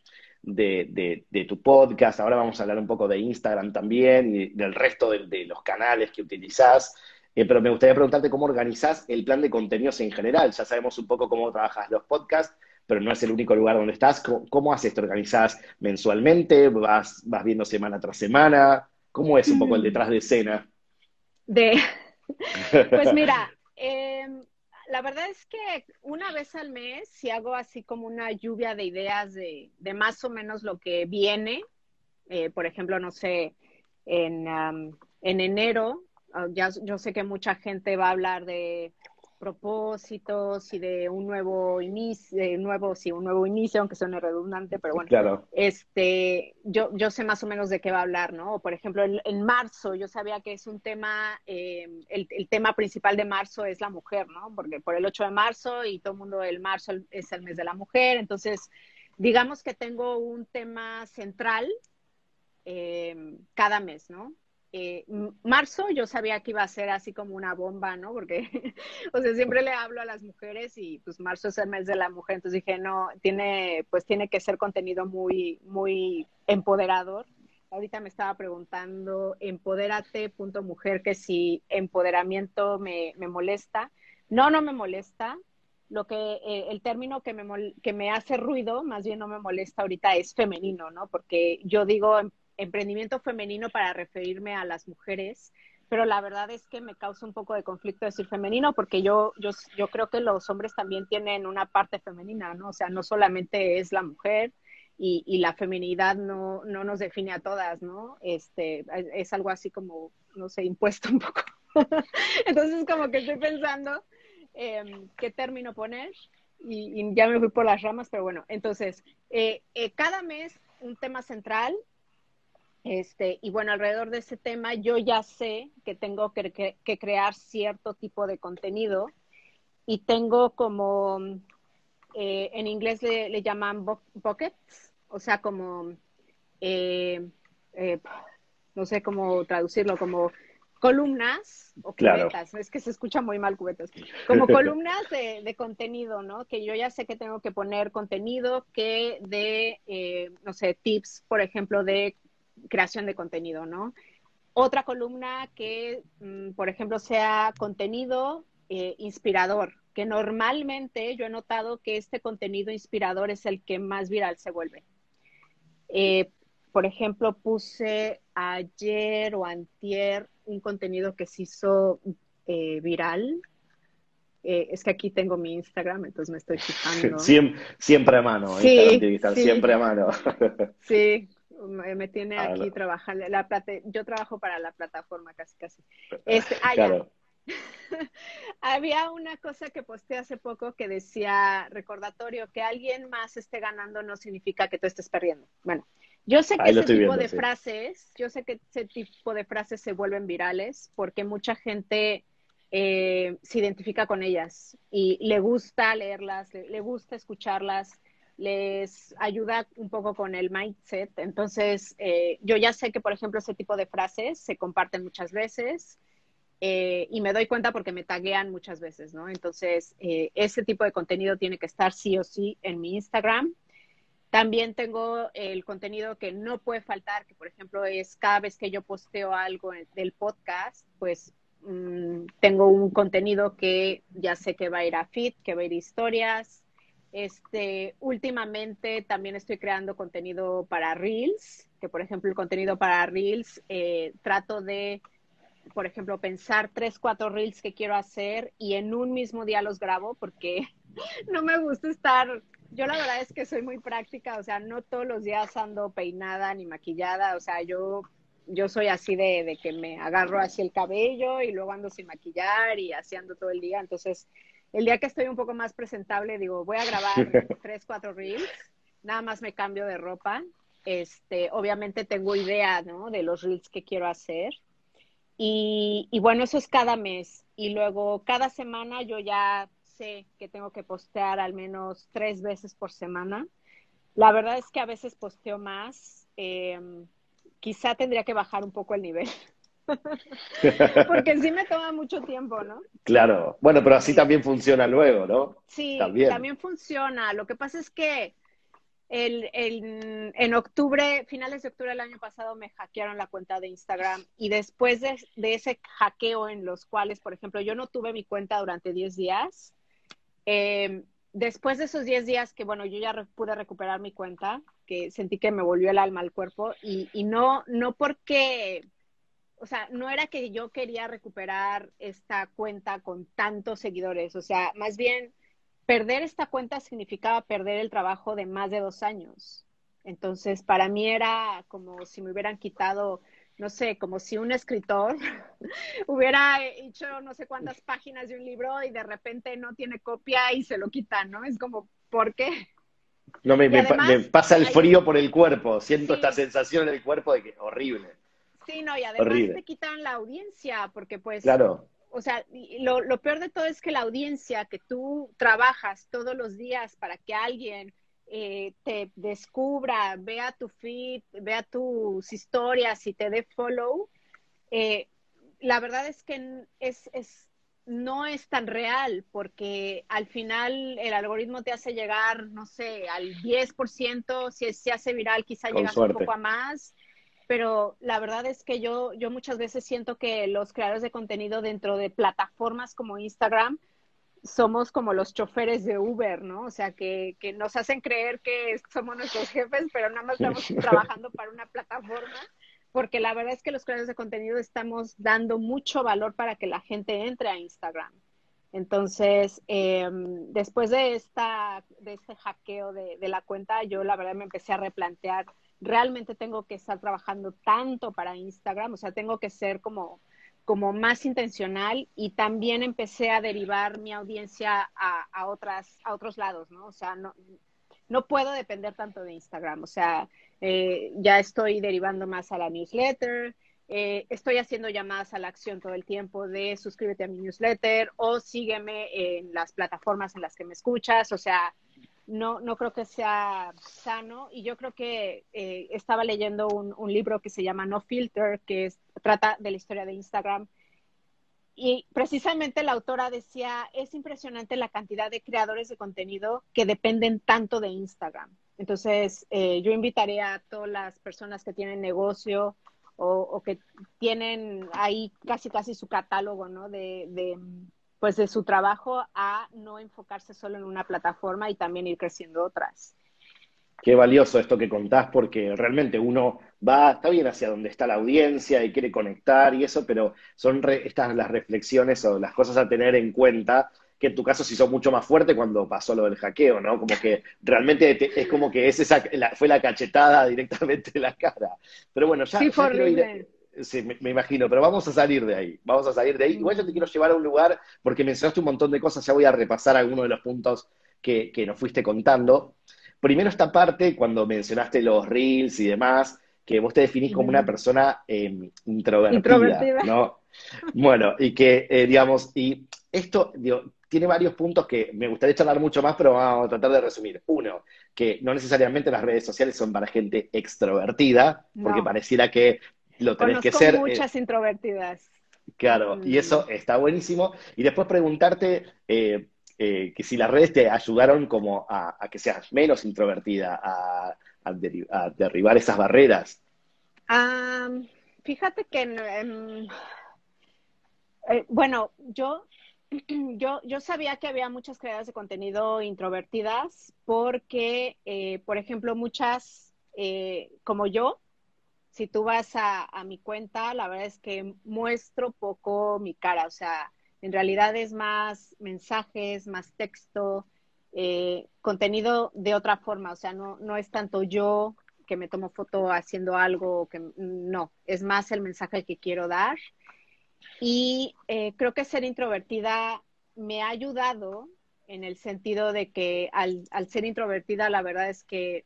de tu podcast, ahora vamos a hablar un poco de Instagram también y del resto de los canales que utilizás. Pero me gustaría preguntarte cómo organizás el plan de contenidos en general. Ya sabemos un poco cómo trabajas los podcasts, pero no es el único lugar donde estás. ¿Cómo haces? ¿Te organizás mensualmente? ¿Vas viendo semana tras semana? ¿Cómo es un poco el detrás de escena? De, pues mira, la verdad es que una vez al mes, si hago así como una lluvia de ideas de más o menos lo que viene, por ejemplo, no sé, en enero, ya yo sé que mucha gente va a hablar de propósitos y de un nuevo inicio, sí, un nuevo inicio, aunque suene redundante, pero bueno, Claro, yo sé más o menos de qué va a hablar, ¿no? O por ejemplo, en marzo yo sabía que es un tema, el tema principal de marzo es la mujer, ¿no? Porque por el 8 de marzo y todo el mundo, el marzo es el mes de la mujer, entonces digamos que tengo un tema central cada mes, ¿no? Marzo yo sabía que iba a ser así como una bomba, ¿no? Porque, o sea, siempre le hablo a las mujeres y pues marzo es el mes de la mujer, entonces dije, no, pues tiene que ser contenido muy, muy empoderador. Ahorita me estaba preguntando, empodérate.mujer, que si empoderamiento me molesta. No, no me molesta. El término que me hace ruido, más bien no me molesta ahorita, es femenino, ¿no? Porque yo digo emprendimiento femenino para referirme a las mujeres, pero la verdad es que me causa un poco de conflicto decir femenino porque yo creo que los hombres también tienen una parte femenina, ¿no? O sea, no solamente es la mujer y la feminidad no nos define a todas, ¿no? Es algo así como, no sé, impuesto un poco. Entonces, como que estoy pensando qué término poner y ya me fui por las ramas, pero bueno, entonces, cada mes un tema central. Y bueno, alrededor de ese tema yo ya sé que tengo que crear cierto tipo de contenido y tengo como, en inglés le llaman buckets, o sea, como, eh, eh, no sé cómo traducirlo, como columnas o claro. cubetas, es que se escucha muy mal cubetas, como columnas de contenido, ¿no? Que yo ya sé que tengo que poner contenido no sé, tips, por ejemplo, de creación de contenido, ¿no? Otra columna que, por ejemplo, sea contenido inspirador, que normalmente yo he notado que este contenido inspirador es el que más viral se vuelve. Eh, por ejemplo, puse ayer o antier un contenido que se hizo viral. Es que aquí tengo mi Instagram, entonces me estoy fijando. Siempre a mano, Instagram Sí, tiene que estar sí, siempre a mano. sí, me tiene Ah, aquí no, trabajando. Yo trabajo para la plataforma casi, casi. Ya. claro. Había una cosa que posteé hace poco que decía, recordatorio, que alguien más esté ganando no significa que tú estés perdiendo. Bueno, yo sé que Ahí lo ese estoy tipo viendo, de sí. frases, yo sé que ese tipo de frases se vuelven virales porque mucha gente se identifica con ellas y le gusta leerlas, le gusta escucharlas, les ayuda un poco con el mindset. Entonces, yo ya sé que, por ejemplo, ese tipo de frases se comparten muchas veces. Y me doy cuenta porque me taguean muchas veces, ¿no? Entonces, ese tipo de contenido tiene que estar sí o sí en mi Instagram. También tengo el contenido que no puede faltar, que por ejemplo es cada vez que yo posteo algo del podcast, pues tengo un contenido que ya sé que va a ir a feed, que va a ir a historias. Últimamente también estoy creando contenido para Reels, que por ejemplo el contenido para Reels trato de, por ejemplo, pensar 3, 4 reels que quiero hacer y en un mismo día los grabo porque no me gusta estar, yo la verdad es que soy muy práctica, o sea, no todos los días ando peinada ni maquillada, o sea, yo soy así de que me agarro así el cabello y luego ando sin maquillar y así ando todo el día, entonces el día que estoy un poco más presentable digo, voy a grabar 3, 4 reels, nada más me cambio de ropa, obviamente tengo idea, ¿no? De los reels que quiero hacer y bueno, eso es cada mes. Y luego cada semana yo ya sé que tengo que postear al menos 3 veces por semana. La verdad es que a veces posteo más. Quizá tendría que bajar un poco el nivel, porque sí me toma mucho tiempo, ¿no? Claro. Bueno, pero así Eh, también funciona luego, ¿no? sí, También. también funciona. Lo que pasa es que en octubre, finales de octubre del año pasado, me hackearon la cuenta de Instagram y después de ese hackeo en los cuales, por ejemplo, yo no tuve mi cuenta durante 10 días, después de esos 10 días que, bueno, yo ya pude recuperar mi cuenta, que sentí que me volvió el alma al cuerpo y no, no porque, o sea, no era que yo quería recuperar esta cuenta con tantos seguidores, o sea, más bien perder esta cuenta significaba perder el trabajo de más de 2 años. Entonces, para mí era como si me hubieran quitado, no sé, como si un escritor hubiera hecho no sé cuántas páginas de un libro y de repente no tiene copia y se lo quitan, ¿no? Es como, ¿por qué? No, Y me además, pasa el hay frío un, por el cuerpo. Siento esta sí, sensación en el cuerpo de que horrible, sí, no, y además horrible. te quitan la audiencia, porque pues, Claro, o sea, lo peor de todo es que la audiencia que tú trabajas todos los días para que alguien te descubra, vea tu feed, vea tus historias y te dé follow, eh, la verdad es que no es tan real porque al final el algoritmo te hace llegar, no sé, al 10%, si se hace viral quizá con llegas un poco suerte. a más, pero la verdad es que yo muchas veces siento que los creadores de contenido dentro de plataformas como Instagram somos como los choferes de Uber, ¿no? O sea, que nos hacen creer que somos nuestros jefes, pero nada más estamos trabajando para una plataforma, porque la verdad es que los creadores de contenido estamos dando mucho valor para que la gente entre a Instagram. Entonces, después de este hackeo de la cuenta, yo la verdad me empecé a replantear, realmente tengo que estar trabajando tanto para Instagram, o sea, tengo que ser como más intencional y también empecé a derivar mi audiencia a otros lados, ¿no? O sea, no puedo depender tanto de Instagram, o sea, ya estoy derivando más a la newsletter, estoy haciendo llamadas a la acción todo el tiempo de suscríbete a mi newsletter o sígueme en las plataformas en las que me escuchas, o sea, no creo que sea sano y yo creo que estaba leyendo un libro que se llama No Filter, trata de la historia de Instagram y precisamente la autora decía, es impresionante la cantidad de creadores de contenido que dependen tanto de Instagram. Entonces, yo invitaría a todas las personas que tienen negocio o que tienen ahí casi casi su catálogo, ¿no? Pues de su trabajo a no enfocarse solo en una plataforma y también ir creciendo otras. Qué valioso esto que contás, porque realmente uno va, está bien hacia donde está la audiencia y quiere conectar y eso, pero son estas las reflexiones o las cosas a tener en cuenta, que en tu caso se hizo mucho más fuerte cuando pasó lo del hackeo, ¿no? Como que realmente es como que fue la cachetada directamente en la cara. Pero bueno, Sí, fue ya quiero ir, horrible. Sí, me imagino, pero vamos a salir de ahí, vamos a salir de ahí. Igual yo te quiero llevar a un lugar, porque mencionaste un montón de cosas, ya voy a repasar algunos de los puntos que nos fuiste contando. Primero esta parte, cuando mencionaste los reels y demás, que vos te definís como una Ujú. persona introvertida, Introvertida. ¿no? Bueno, y que, digamos, y esto, digo, tiene varios puntos que me gustaría charlar mucho más, pero vamos a tratar de resumir. Uno, que no necesariamente las redes sociales son para gente extrovertida, porque No, pareciera que lo tenés que conozco ser, muchas introvertidas. claro, y Ujú. eso está buenísimo. Y después preguntarte que si las redes te ayudaron como a que seas menos introvertida, a derribar esas barreras. Ah, fíjate que, bueno, yo sabía que había muchas creadoras de contenido introvertidas porque, por ejemplo, muchas, como yo, si tú vas a mi cuenta, la verdad es que muestro poco mi cara, o sea, en realidad es más mensajes, más texto, contenido de otra forma, o sea, no es tanto yo que me tomo foto haciendo algo, que no, es más el mensaje que quiero dar. Y creo que ser introvertida me ha ayudado en el sentido de que al ser introvertida, la verdad es que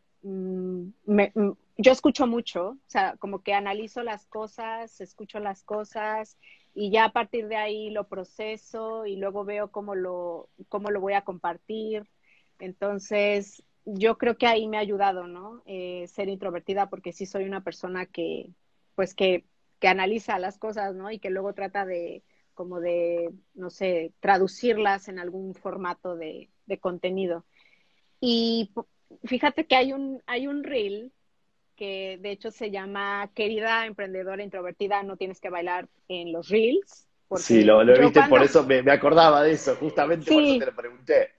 yo escucho mucho, o sea, como que analizo las cosas, escucho las cosas y ya a partir de ahí lo proceso y luego veo cómo lo voy a compartir. Entonces, yo creo que ahí me ha ayudado, ¿no? Ser introvertida porque sí soy una persona pues que analiza las cosas, ¿no? Y que luego trata de, como de, no sé, traducirlas en algún formato de contenido. Y fíjate que hay un reel que de hecho se llama Querida emprendedora introvertida, no tienes que bailar en los reels, Sí, porque lo yo viste, cuando, por eso me acordaba de eso, justamente por eso te sí, lo pregunté.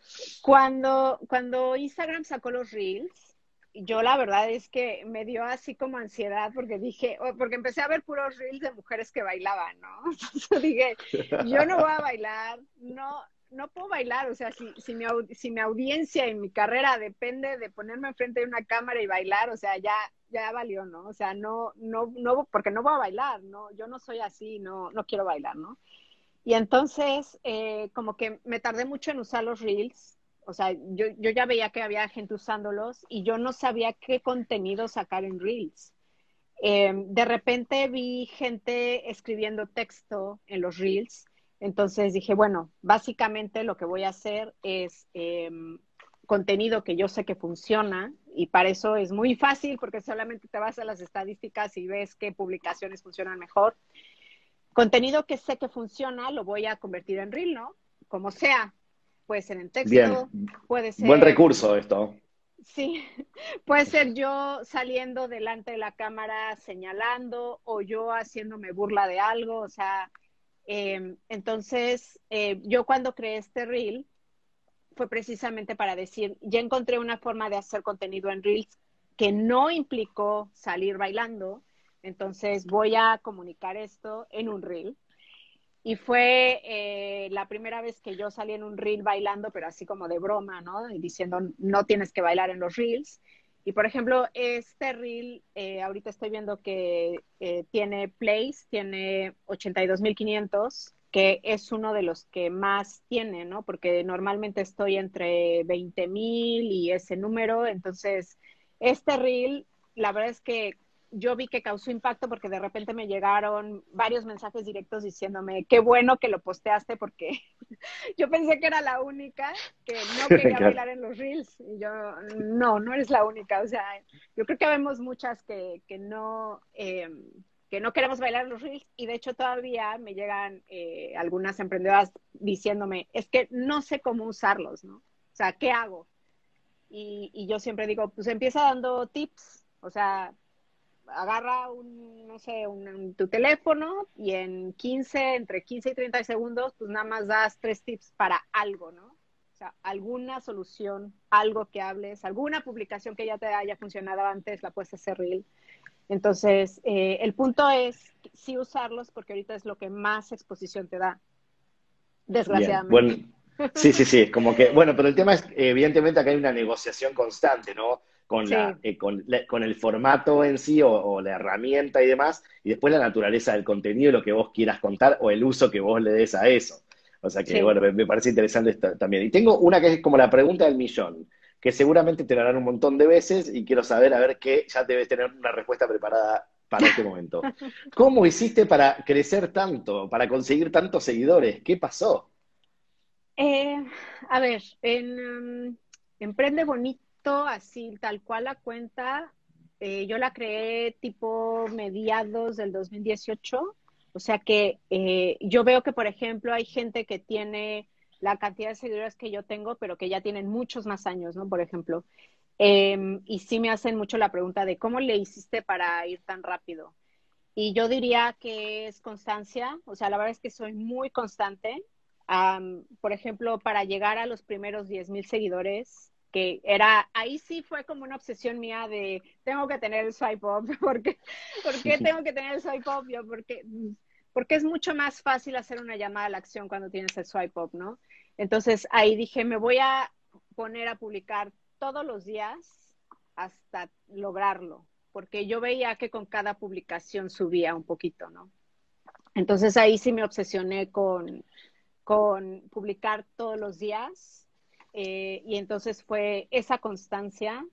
cuando Instagram sacó los reels, yo la verdad es que me dio así como ansiedad porque dije, porque empecé a ver puros reels de mujeres que bailaban, ¿no? Entonces dije, yo no voy a bailar, no puedo bailar, o sea, si mi audiencia y mi carrera depende de ponerme enfrente de una cámara y bailar, o sea, ya valió, ¿no? O sea, no, porque no voy a bailar, no, yo no soy así, no quiero bailar, ¿no? Y entonces, como que me tardé mucho en usar los reels. O sea, yo ya veía que había gente usándolos y yo no sabía qué contenido sacar en reels. De repente vi gente escribiendo texto en los reels. Entonces dije, bueno, básicamente lo que voy a hacer es contenido que yo sé que funciona y para eso es muy fácil porque solamente te vas a las estadísticas y ves qué publicaciones funcionan mejor. Contenido que sé que funciona, lo voy a convertir en reel, ¿no? Como sea, puede ser en Bien, texto, puede buen ser, recurso esto. sí, puede ser yo saliendo delante de la cámara señalando o yo haciéndome burla de algo, o sea, entonces yo cuando creé este reel fue precisamente para decir, ya encontré una forma de hacer contenido en reels que no implicó salir bailando, entonces voy a comunicar esto en un reel. Y fue la primera vez que yo salí en un reel bailando, pero así como de broma, ¿no? Y diciendo, no tienes que bailar en los reels. Y por ejemplo, este reel, ahorita estoy viendo que tiene plays, tiene 82.500, que es uno de los que más tiene, ¿no? Porque normalmente estoy entre 20.000 y ese número. Entonces, este reel, la verdad es que yo vi que causó impacto porque de repente me llegaron varios mensajes directos diciéndome, qué bueno que lo posteaste porque yo pensé que era la única que no quería Claro. bailar en los reels. Y yo, no eres la única. O sea, yo creo que vemos muchas que no queremos bailar en los reels y de hecho todavía me llegan algunas emprendedoras diciéndome, es que no sé cómo usarlos, ¿no? O sea, ¿qué hago? Y yo siempre digo, pues empieza dando tips, o sea, agarra no sé, tu teléfono y entre 15 y 30 segundos, pues nada más das 3 tips para algo, ¿no? O sea, alguna solución, algo que hables, alguna publicación que ya te haya funcionado antes, la puedes hacer reel. Entonces, el punto es sí usarlos porque ahorita es lo que más exposición te da, Bien, desgraciadamente. bueno, sí, sí, sí, es como que, bueno, pero el tema es, evidentemente acá hay una negociación constante, ¿no? Sí, con el formato en sí o la herramienta y demás, y después la naturaleza del contenido y lo que vos quieras contar o el uso que vos le des a eso. O sea que, sí. bueno, me parece interesante esto también. Y tengo una que es como la pregunta del millón, que seguramente te la harán un montón de veces y quiero saber, a ver qué, ya debes tener una respuesta preparada para este momento. ¿Cómo hiciste para crecer tanto, para conseguir tantos seguidores? ¿Qué pasó? Eh, a ver, Emprende Bonito, así tal cual la cuenta, yo la creé tipo mediados del 2018. O sea que yo veo que, por ejemplo, hay gente que tiene la cantidad de seguidores que yo tengo, pero que ya tienen muchos más años, ¿no? Por ejemplo. Y sí me hacen mucho la pregunta de cómo le hiciste para ir tan rápido. Y yo diría que es constancia, o sea, la verdad es que soy muy constante. Por ejemplo, para llegar a los primeros 10,000 seguidores, que era, ahí sí fue como una obsesión mía de, tengo que tener el swipe up, ¿por qué tengo que tener el swipe up? Yo, porque es mucho más fácil hacer una llamada a la acción cuando tienes el swipe up, ¿no? Entonces ahí dije, me voy a poner a publicar todos los días hasta lograrlo, porque yo veía que con cada publicación subía un poquito, ¿no? Entonces ahí sí me obsesioné con publicar todos los días, y entonces fue esa constancia.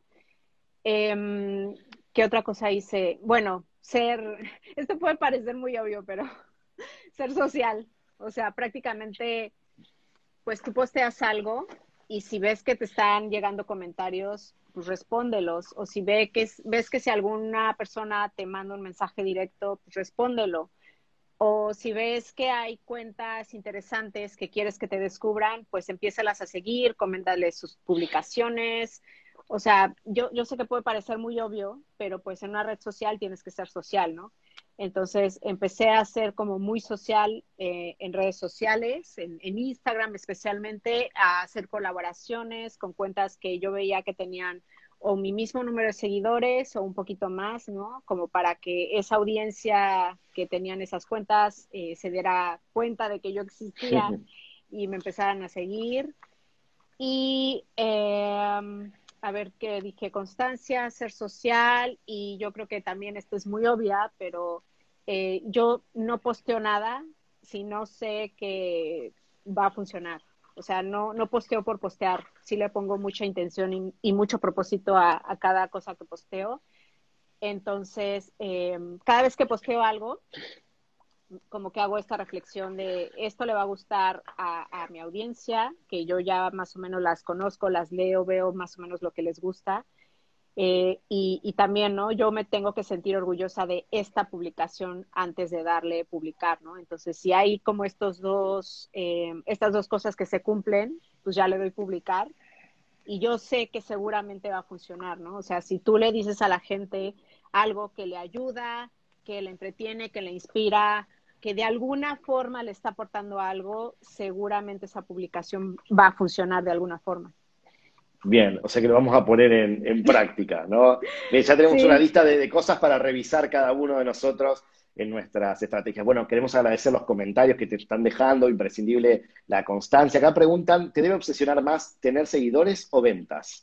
¿Qué otra cosa hice? Bueno, esto puede parecer muy obvio, pero ser social, o sea, prácticamente pues tú posteas algo y si ves que te están llegando comentarios, pues respóndelos. O si ves que si alguna persona te manda un mensaje directo, pues respóndelo. O si ves que hay cuentas interesantes que quieres que te descubran, pues empiézalas a seguir, coméntales sus publicaciones. O sea, yo sé que puede parecer muy obvio, pero pues en una red social tienes que ser social, ¿no? Entonces empecé a ser como muy social en redes sociales, en Instagram especialmente, a hacer colaboraciones con cuentas que yo veía que tenían o mi mismo número de seguidores o un poquito más, ¿no? Como para que esa audiencia que tenían esas cuentas se diera cuenta de que yo existía y me empezaran a seguir. Y a ver qué dije, constancia, ser social, y yo creo que también esto es muy obvia, pero yo no posteo nada si no sé que va a funcionar. O sea, no posteo por postear, sí le pongo mucha intención y mucho propósito a cada cosa que posteo. Entonces, cada vez que posteo algo, como que hago esta reflexión de esto le va a gustar a mi audiencia, que yo ya más o menos las conozco, las leo, veo más o menos lo que les gusta. Y también, ¿no? Yo me tengo que sentir orgullosa de esta publicación antes de darle publicar, ¿no? Entonces, si hay como estas dos cosas que se cumplen, pues ya le doy publicar y yo sé que seguramente va a funcionar, ¿no? O sea, si tú le dices a la gente algo que le ayuda, que le entretiene, que le inspira, que de alguna forma le está aportando algo, seguramente esa publicación va a funcionar de alguna forma. Bien, o sea que lo vamos a poner en práctica, ¿no? Bien, ya tenemos una Sí. lista de cosas para revisar cada uno de nosotros en nuestras estrategias. Bueno, queremos agradecer los comentarios que te están dejando, imprescindible la constancia. Acá preguntan, ¿te debe obsesionar más tener seguidores o ventas?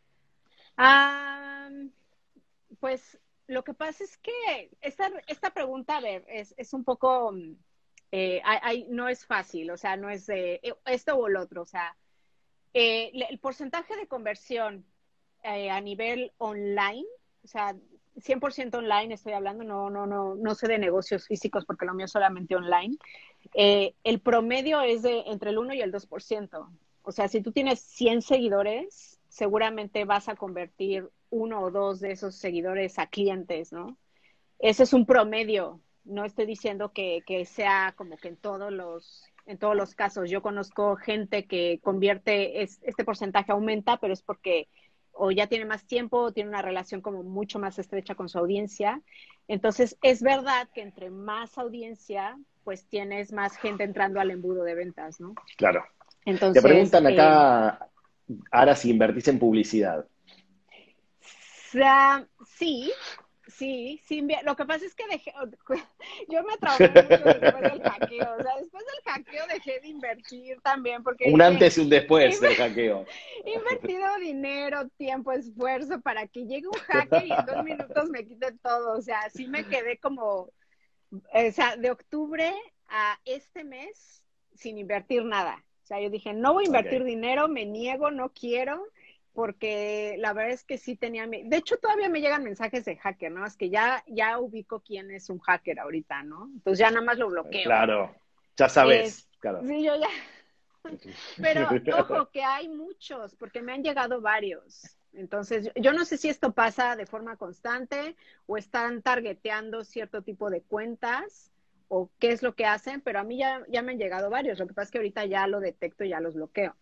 Ah, pues lo que pasa es que esta pregunta, a ver, es un poco, no es fácil, o sea, no es de esto o el otro, o sea, el porcentaje de conversión a nivel online, o sea, 100% online estoy hablando, no sé de negocios físicos porque lo mío es solamente online. El promedio es de entre el 1 y el 2%. O sea, si tú tienes 100 seguidores, seguramente vas a convertir uno o dos de esos seguidores a clientes, ¿no? Ese es un promedio. No estoy diciendo que sea como que en todos los casos. Yo conozco gente que este porcentaje aumenta, pero es porque o ya tiene más tiempo o tiene una relación como mucho más estrecha con su audiencia. Entonces, es verdad que entre más audiencia, pues tienes más gente entrando al embudo de ventas, ¿no? Claro. Te Entonces, preguntan acá, ahora si invertís en publicidad. sea, sí, Sí, sí, lo que pasa es que yo me traumé mucho después del hackeo, o sea, después del hackeo dejé de invertir también, porque Un dije, antes y un después del hackeo. he invertido dinero, tiempo, esfuerzo para que llegue un hacker y en 2 minutos me quite todo, o sea, así me quedé como, o sea, de octubre a este mes sin invertir nada. O sea, yo dije, no voy a invertir Ok, dinero, me niego, no quiero, porque la verdad es que sí tenía... De hecho, todavía me llegan mensajes de hacker, ¿no? Es que ya ubico quién es un hacker ahorita, ¿no? Entonces ya nada más lo bloqueo. claro, ya Es, sabes, claro. sí, yo ya... Pero ojo, que hay muchos, porque me han llegado varios. Entonces, yo no sé si esto pasa de forma constante o están targeteando cierto tipo de cuentas o qué es lo que hacen, pero a mí ya me han llegado varios. Lo que pasa es que ahorita ya lo detecto y ya los bloqueo.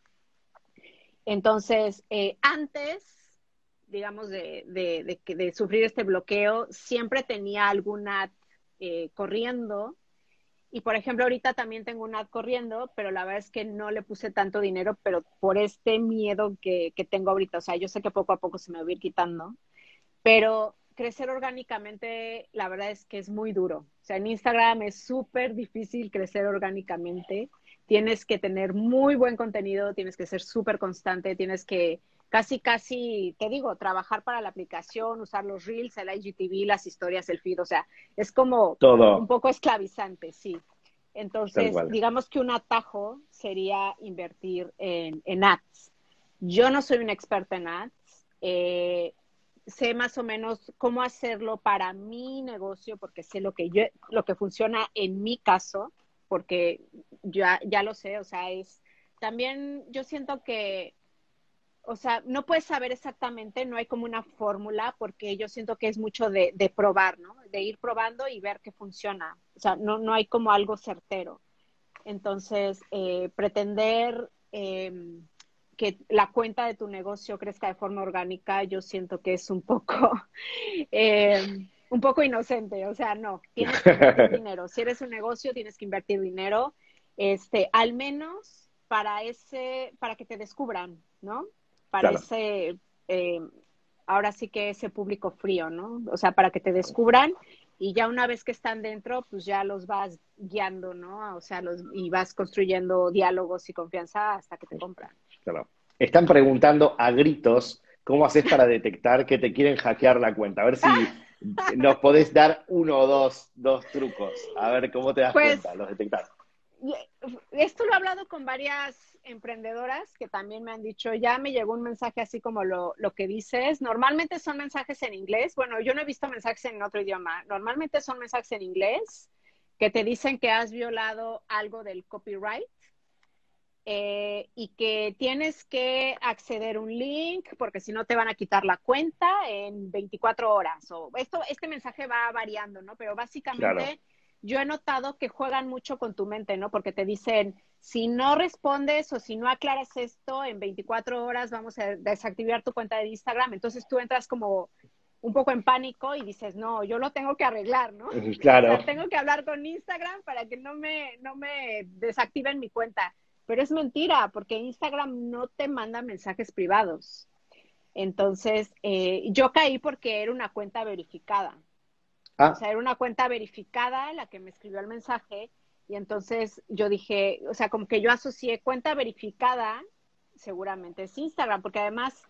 Entonces, antes, digamos, de sufrir este bloqueo, siempre tenía alguna ad corriendo. Y por ejemplo, ahorita también tengo una ad corriendo, pero la verdad es que no le puse tanto dinero, pero por este miedo que tengo ahorita. O sea, yo sé que poco a poco se me va a ir quitando, pero crecer orgánicamente, la verdad es que es muy duro. O sea, en Instagram es súper difícil crecer orgánicamente. Tienes que tener muy buen contenido, tienes que ser súper constante, tienes que casi, te digo, trabajar para la aplicación, usar los reels, el IGTV, las historias, el feed. O sea, es como un Todo, poco esclavizante, sí. tal Entonces, cual. digamos que un atajo sería invertir en ads. Yo no soy una experta en ads. Sé más o menos cómo hacerlo para mi negocio, porque sé lo que funciona en mi caso, porque ya lo sé, o sea, también yo siento que, o sea, no puedes saber exactamente, no hay como una fórmula, porque yo siento que es mucho de probar, ¿no? De ir probando y ver qué funciona. O sea, no hay como algo certero. Entonces, pretender que la cuenta de tu negocio crezca de forma orgánica, yo siento que es un poco inocente. O sea, no, tienes que invertir dinero. Si eres un negocio, tienes que invertir dinero, al menos para que te descubran, ¿no? Para Claro. ese, eh, ahora sí que ese público frío, ¿no? O sea, para que te descubran y ya una vez que están dentro, pues ya los vas guiando, ¿no? O sea, y vas construyendo diálogos y confianza hasta que te compran. Claro. Están preguntando a gritos cómo haces para detectar que te quieren hackear la cuenta. A ver si nos podés dar uno o dos trucos. A ver cómo te das Pues cuenta, los detectás. esto lo he hablado con varias emprendedoras que también me han dicho, ya me llegó un mensaje así como lo que dices. Normalmente son mensajes en inglés. Bueno, yo no he visto mensajes en otro idioma. Normalmente son mensajes en inglés que te dicen que has violado algo del copyright. Y que tienes que acceder a un link porque si no te van a quitar la cuenta en 24 horas. Este mensaje va variando, ¿no? Pero Claro, básicamente yo he notado que juegan mucho con tu mente, ¿no? Porque te dicen, si no respondes o si no aclaras esto en 24 horas, vamos a desactivar tu cuenta de Instagram. Entonces tú entras como un poco en pánico y dices, no, yo lo tengo que arreglar, ¿no? O claro. sea, tengo que hablar con Instagram para que no me desactiven mi cuenta. Pero es mentira, porque Instagram no te manda mensajes privados. Entonces, yo caí porque era una cuenta verificada. O Ah, sea, era una cuenta verificada la que me escribió el mensaje. Y entonces yo dije, o sea, como que yo asocié cuenta verificada, seguramente es Instagram, porque además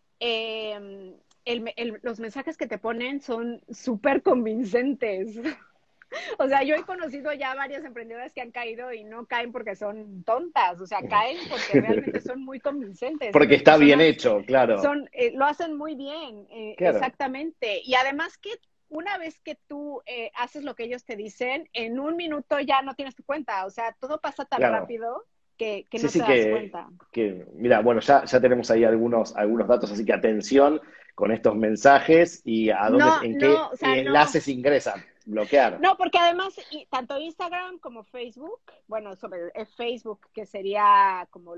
los mensajes que te ponen son súper convincentes. O sea, yo he conocido ya varias emprendedoras que han caído y no caen porque son tontas, o sea, caen porque realmente son muy convincentes. porque Estas está bien personas hecho, claro. lo hacen muy bien, Claro, exactamente. Y además que una vez que tú haces lo que ellos te dicen, en 1 minuto ya no tienes tu cuenta, o sea, todo pasa tan claro. rápido que Sí, no te sí das cuenta. mira, bueno, ya tenemos ahí algunos datos, así que atención con estos mensajes y No, en no, qué o sea, no. enlaces ingresan. Bloquear. No, porque además, tanto Instagram como Facebook, bueno, sobre Facebook, que sería como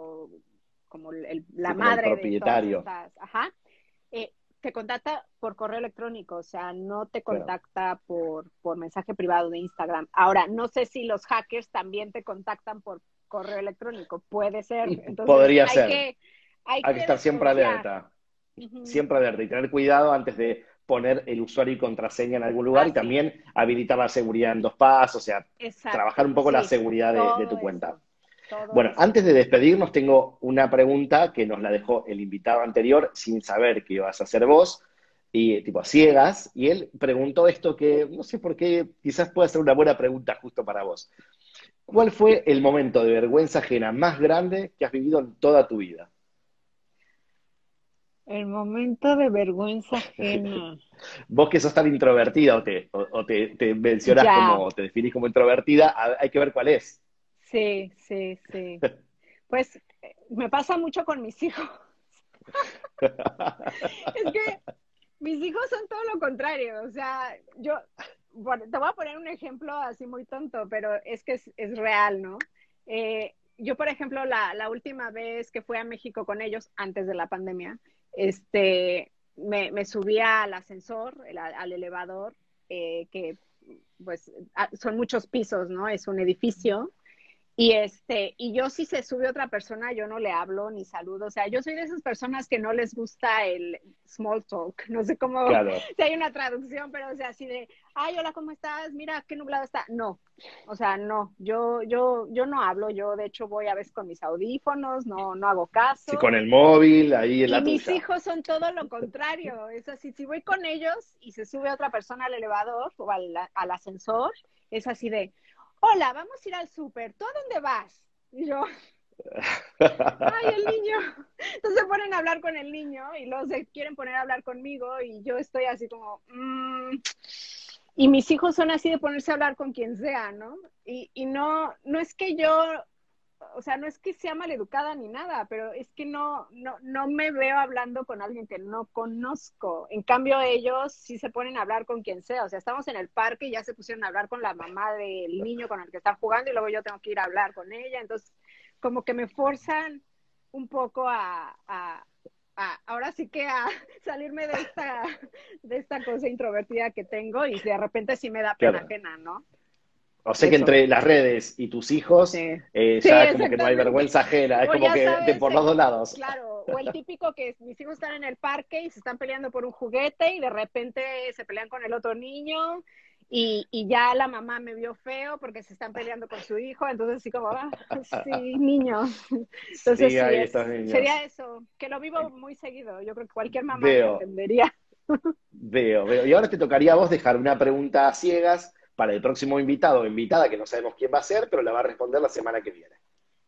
la Sí, como el madre de todas propietario. estas, ajá, te contacta por correo electrónico, o sea, no te Claro. contacta por mensaje privado de Instagram. Ahora, no sé si los hackers también te contactan por correo electrónico, puede ser. Y Entonces, podría ser. hay Hay que que estar siempre desconfiar. alerta. Ujú. Siempre alerta y tener cuidado antes de poner el usuario y contraseña en algún lugar Ah, y sí, también habilitar la seguridad en 2 pasos, o sea, trabajar un exacto, poco la sí, seguridad de todo tu cuenta. eso, todo Bueno, eso. antes de despedirnos, tengo una pregunta que nos la dejó el invitado anterior sin saber que ibas a hacer vos, y tipo a ciegas, y él preguntó esto que no sé por qué, quizás pueda ser una buena pregunta justo para vos. ¿Cuál fue el momento de vergüenza ajena más grande que has vivido en toda tu vida? El momento de vergüenza ajena. Vos que sos tan introvertida o te mencionás Ya, como, te definís como introvertida, hay que ver cuál es. sí, sí, sí. Pues me pasa mucho con mis hijos. Es que mis hijos son todo lo contrario. O sea, yo, bueno, te voy a poner un ejemplo así muy tonto, pero es que es real, ¿no? Yo, por ejemplo, la última vez que fui a México con ellos, antes de la pandemia, me subí al ascensor, al elevador, que pues son muchos pisos, ¿no? Es un edificio. Y yo si se sube otra persona, yo no le hablo ni saludo. O sea, yo soy de esas personas que no les gusta el small talk. No sé cómo, Claro, si hay una traducción, pero o sea, así de, ay, hola, ¿cómo estás? Mira, qué nublado está. No, o sea, no, yo no hablo. Yo, de hecho, voy a veces con mis audífonos, no hago sí, caso. con el móvil, ahí en Y la mis tuya. hijos son todo lo contrario. Es así, si voy con ellos y se sube otra persona al elevador o al ascensor, es así de, hola, vamos a ir al súper, ¿tú a dónde vas? Y yo, ay, el niño. Entonces se ponen a hablar con el niño y luego se quieren poner a hablar conmigo y yo estoy así como, y mis hijos son así de ponerse a hablar con quien sea, ¿no? Y no es que yo, o sea, no es que sea maleducada ni nada, pero es que no me veo hablando con alguien que no conozco. En cambio, ellos sí se ponen a hablar con quien sea. O sea, estamos en el parque y ya se pusieron a hablar con la mamá del niño con el que están jugando y luego yo tengo que ir a hablar con ella. Entonces, como que me forzan un poco ahora sí que a salirme de esta cosa introvertida que tengo y de repente sí me da pena Claro. ajena, ¿no? O sea que Eso. entre las redes y tus hijos, Sí, sí, ya como que no hay exactamente. vergüenza ajena, es O como ya que de sabes, por los dos lados. claro, o el típico que mis hijos están en el parque y se están peleando por un juguete y de repente se pelean con el otro niño y ya la mamá me vio feo porque se están peleando con su hijo, entonces así como, sí, niños. Entonces Sí, sí, hay estos sería niños. eso, que lo vivo muy seguido. Yo creo que cualquier mamá me Veo, entendería. veo. Y ahora te tocaría a vos dejar una pregunta a ciegas para el próximo invitado o invitada, que no sabemos quién va a ser, pero la va a responder la semana que viene.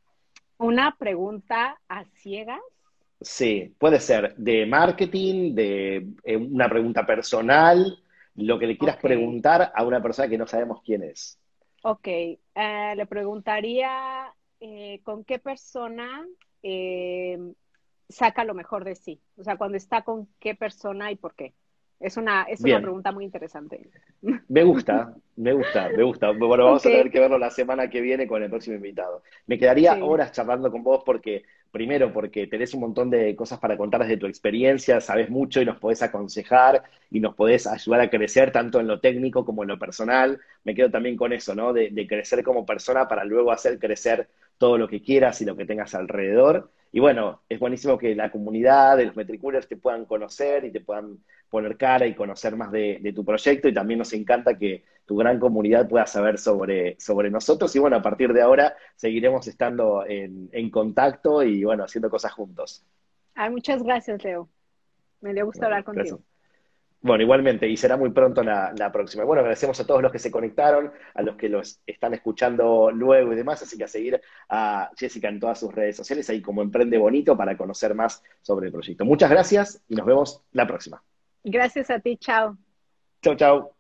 Una pregunta a ciegas. Sí, puede ser de marketing, de una pregunta personal, lo que le quieras Ok. preguntar a una persona que no sabemos quién es. Ok, le preguntaría con qué persona eh, saca lo mejor de sí. O sea, cuando está con qué persona y por qué. Es una Bien, pregunta muy interesante. me gusta, me gusta, me gusta. Bueno, vamos Ok, a tener que verlo la semana que viene con el próximo invitado. Me quedaría sí. horas charlando con vos porque, primero, porque tenés un montón de cosas para contar desde tu experiencia, sabés mucho y nos podés aconsejar y nos podés ayudar a crecer tanto en lo técnico como en lo personal. Me quedo también con eso, ¿no? De crecer como persona para luego hacer crecer todo lo que quieras y lo que tengas alrededor. Y bueno, es buenísimo que la comunidad de los Metricoolers te puedan conocer y te puedan poner cara y conocer más de tu proyecto y también nos encanta que tu gran comunidad pueda saber sobre nosotros y bueno, a partir de ahora seguiremos estando en contacto y bueno, haciendo cosas juntos. Ay, muchas gracias, Leo. Me dio gusto hablar Bueno, contigo. gracias. Bueno, igualmente, y será muy pronto la próxima. Bueno, agradecemos a todos los que se conectaron, a los que los están escuchando luego y demás, así que a seguir a Jessica en todas sus redes sociales, ahí como Emprende Bonito, para conocer más sobre el proyecto. Muchas gracias y nos vemos la próxima. Gracias a ti, chao. Chau, chau.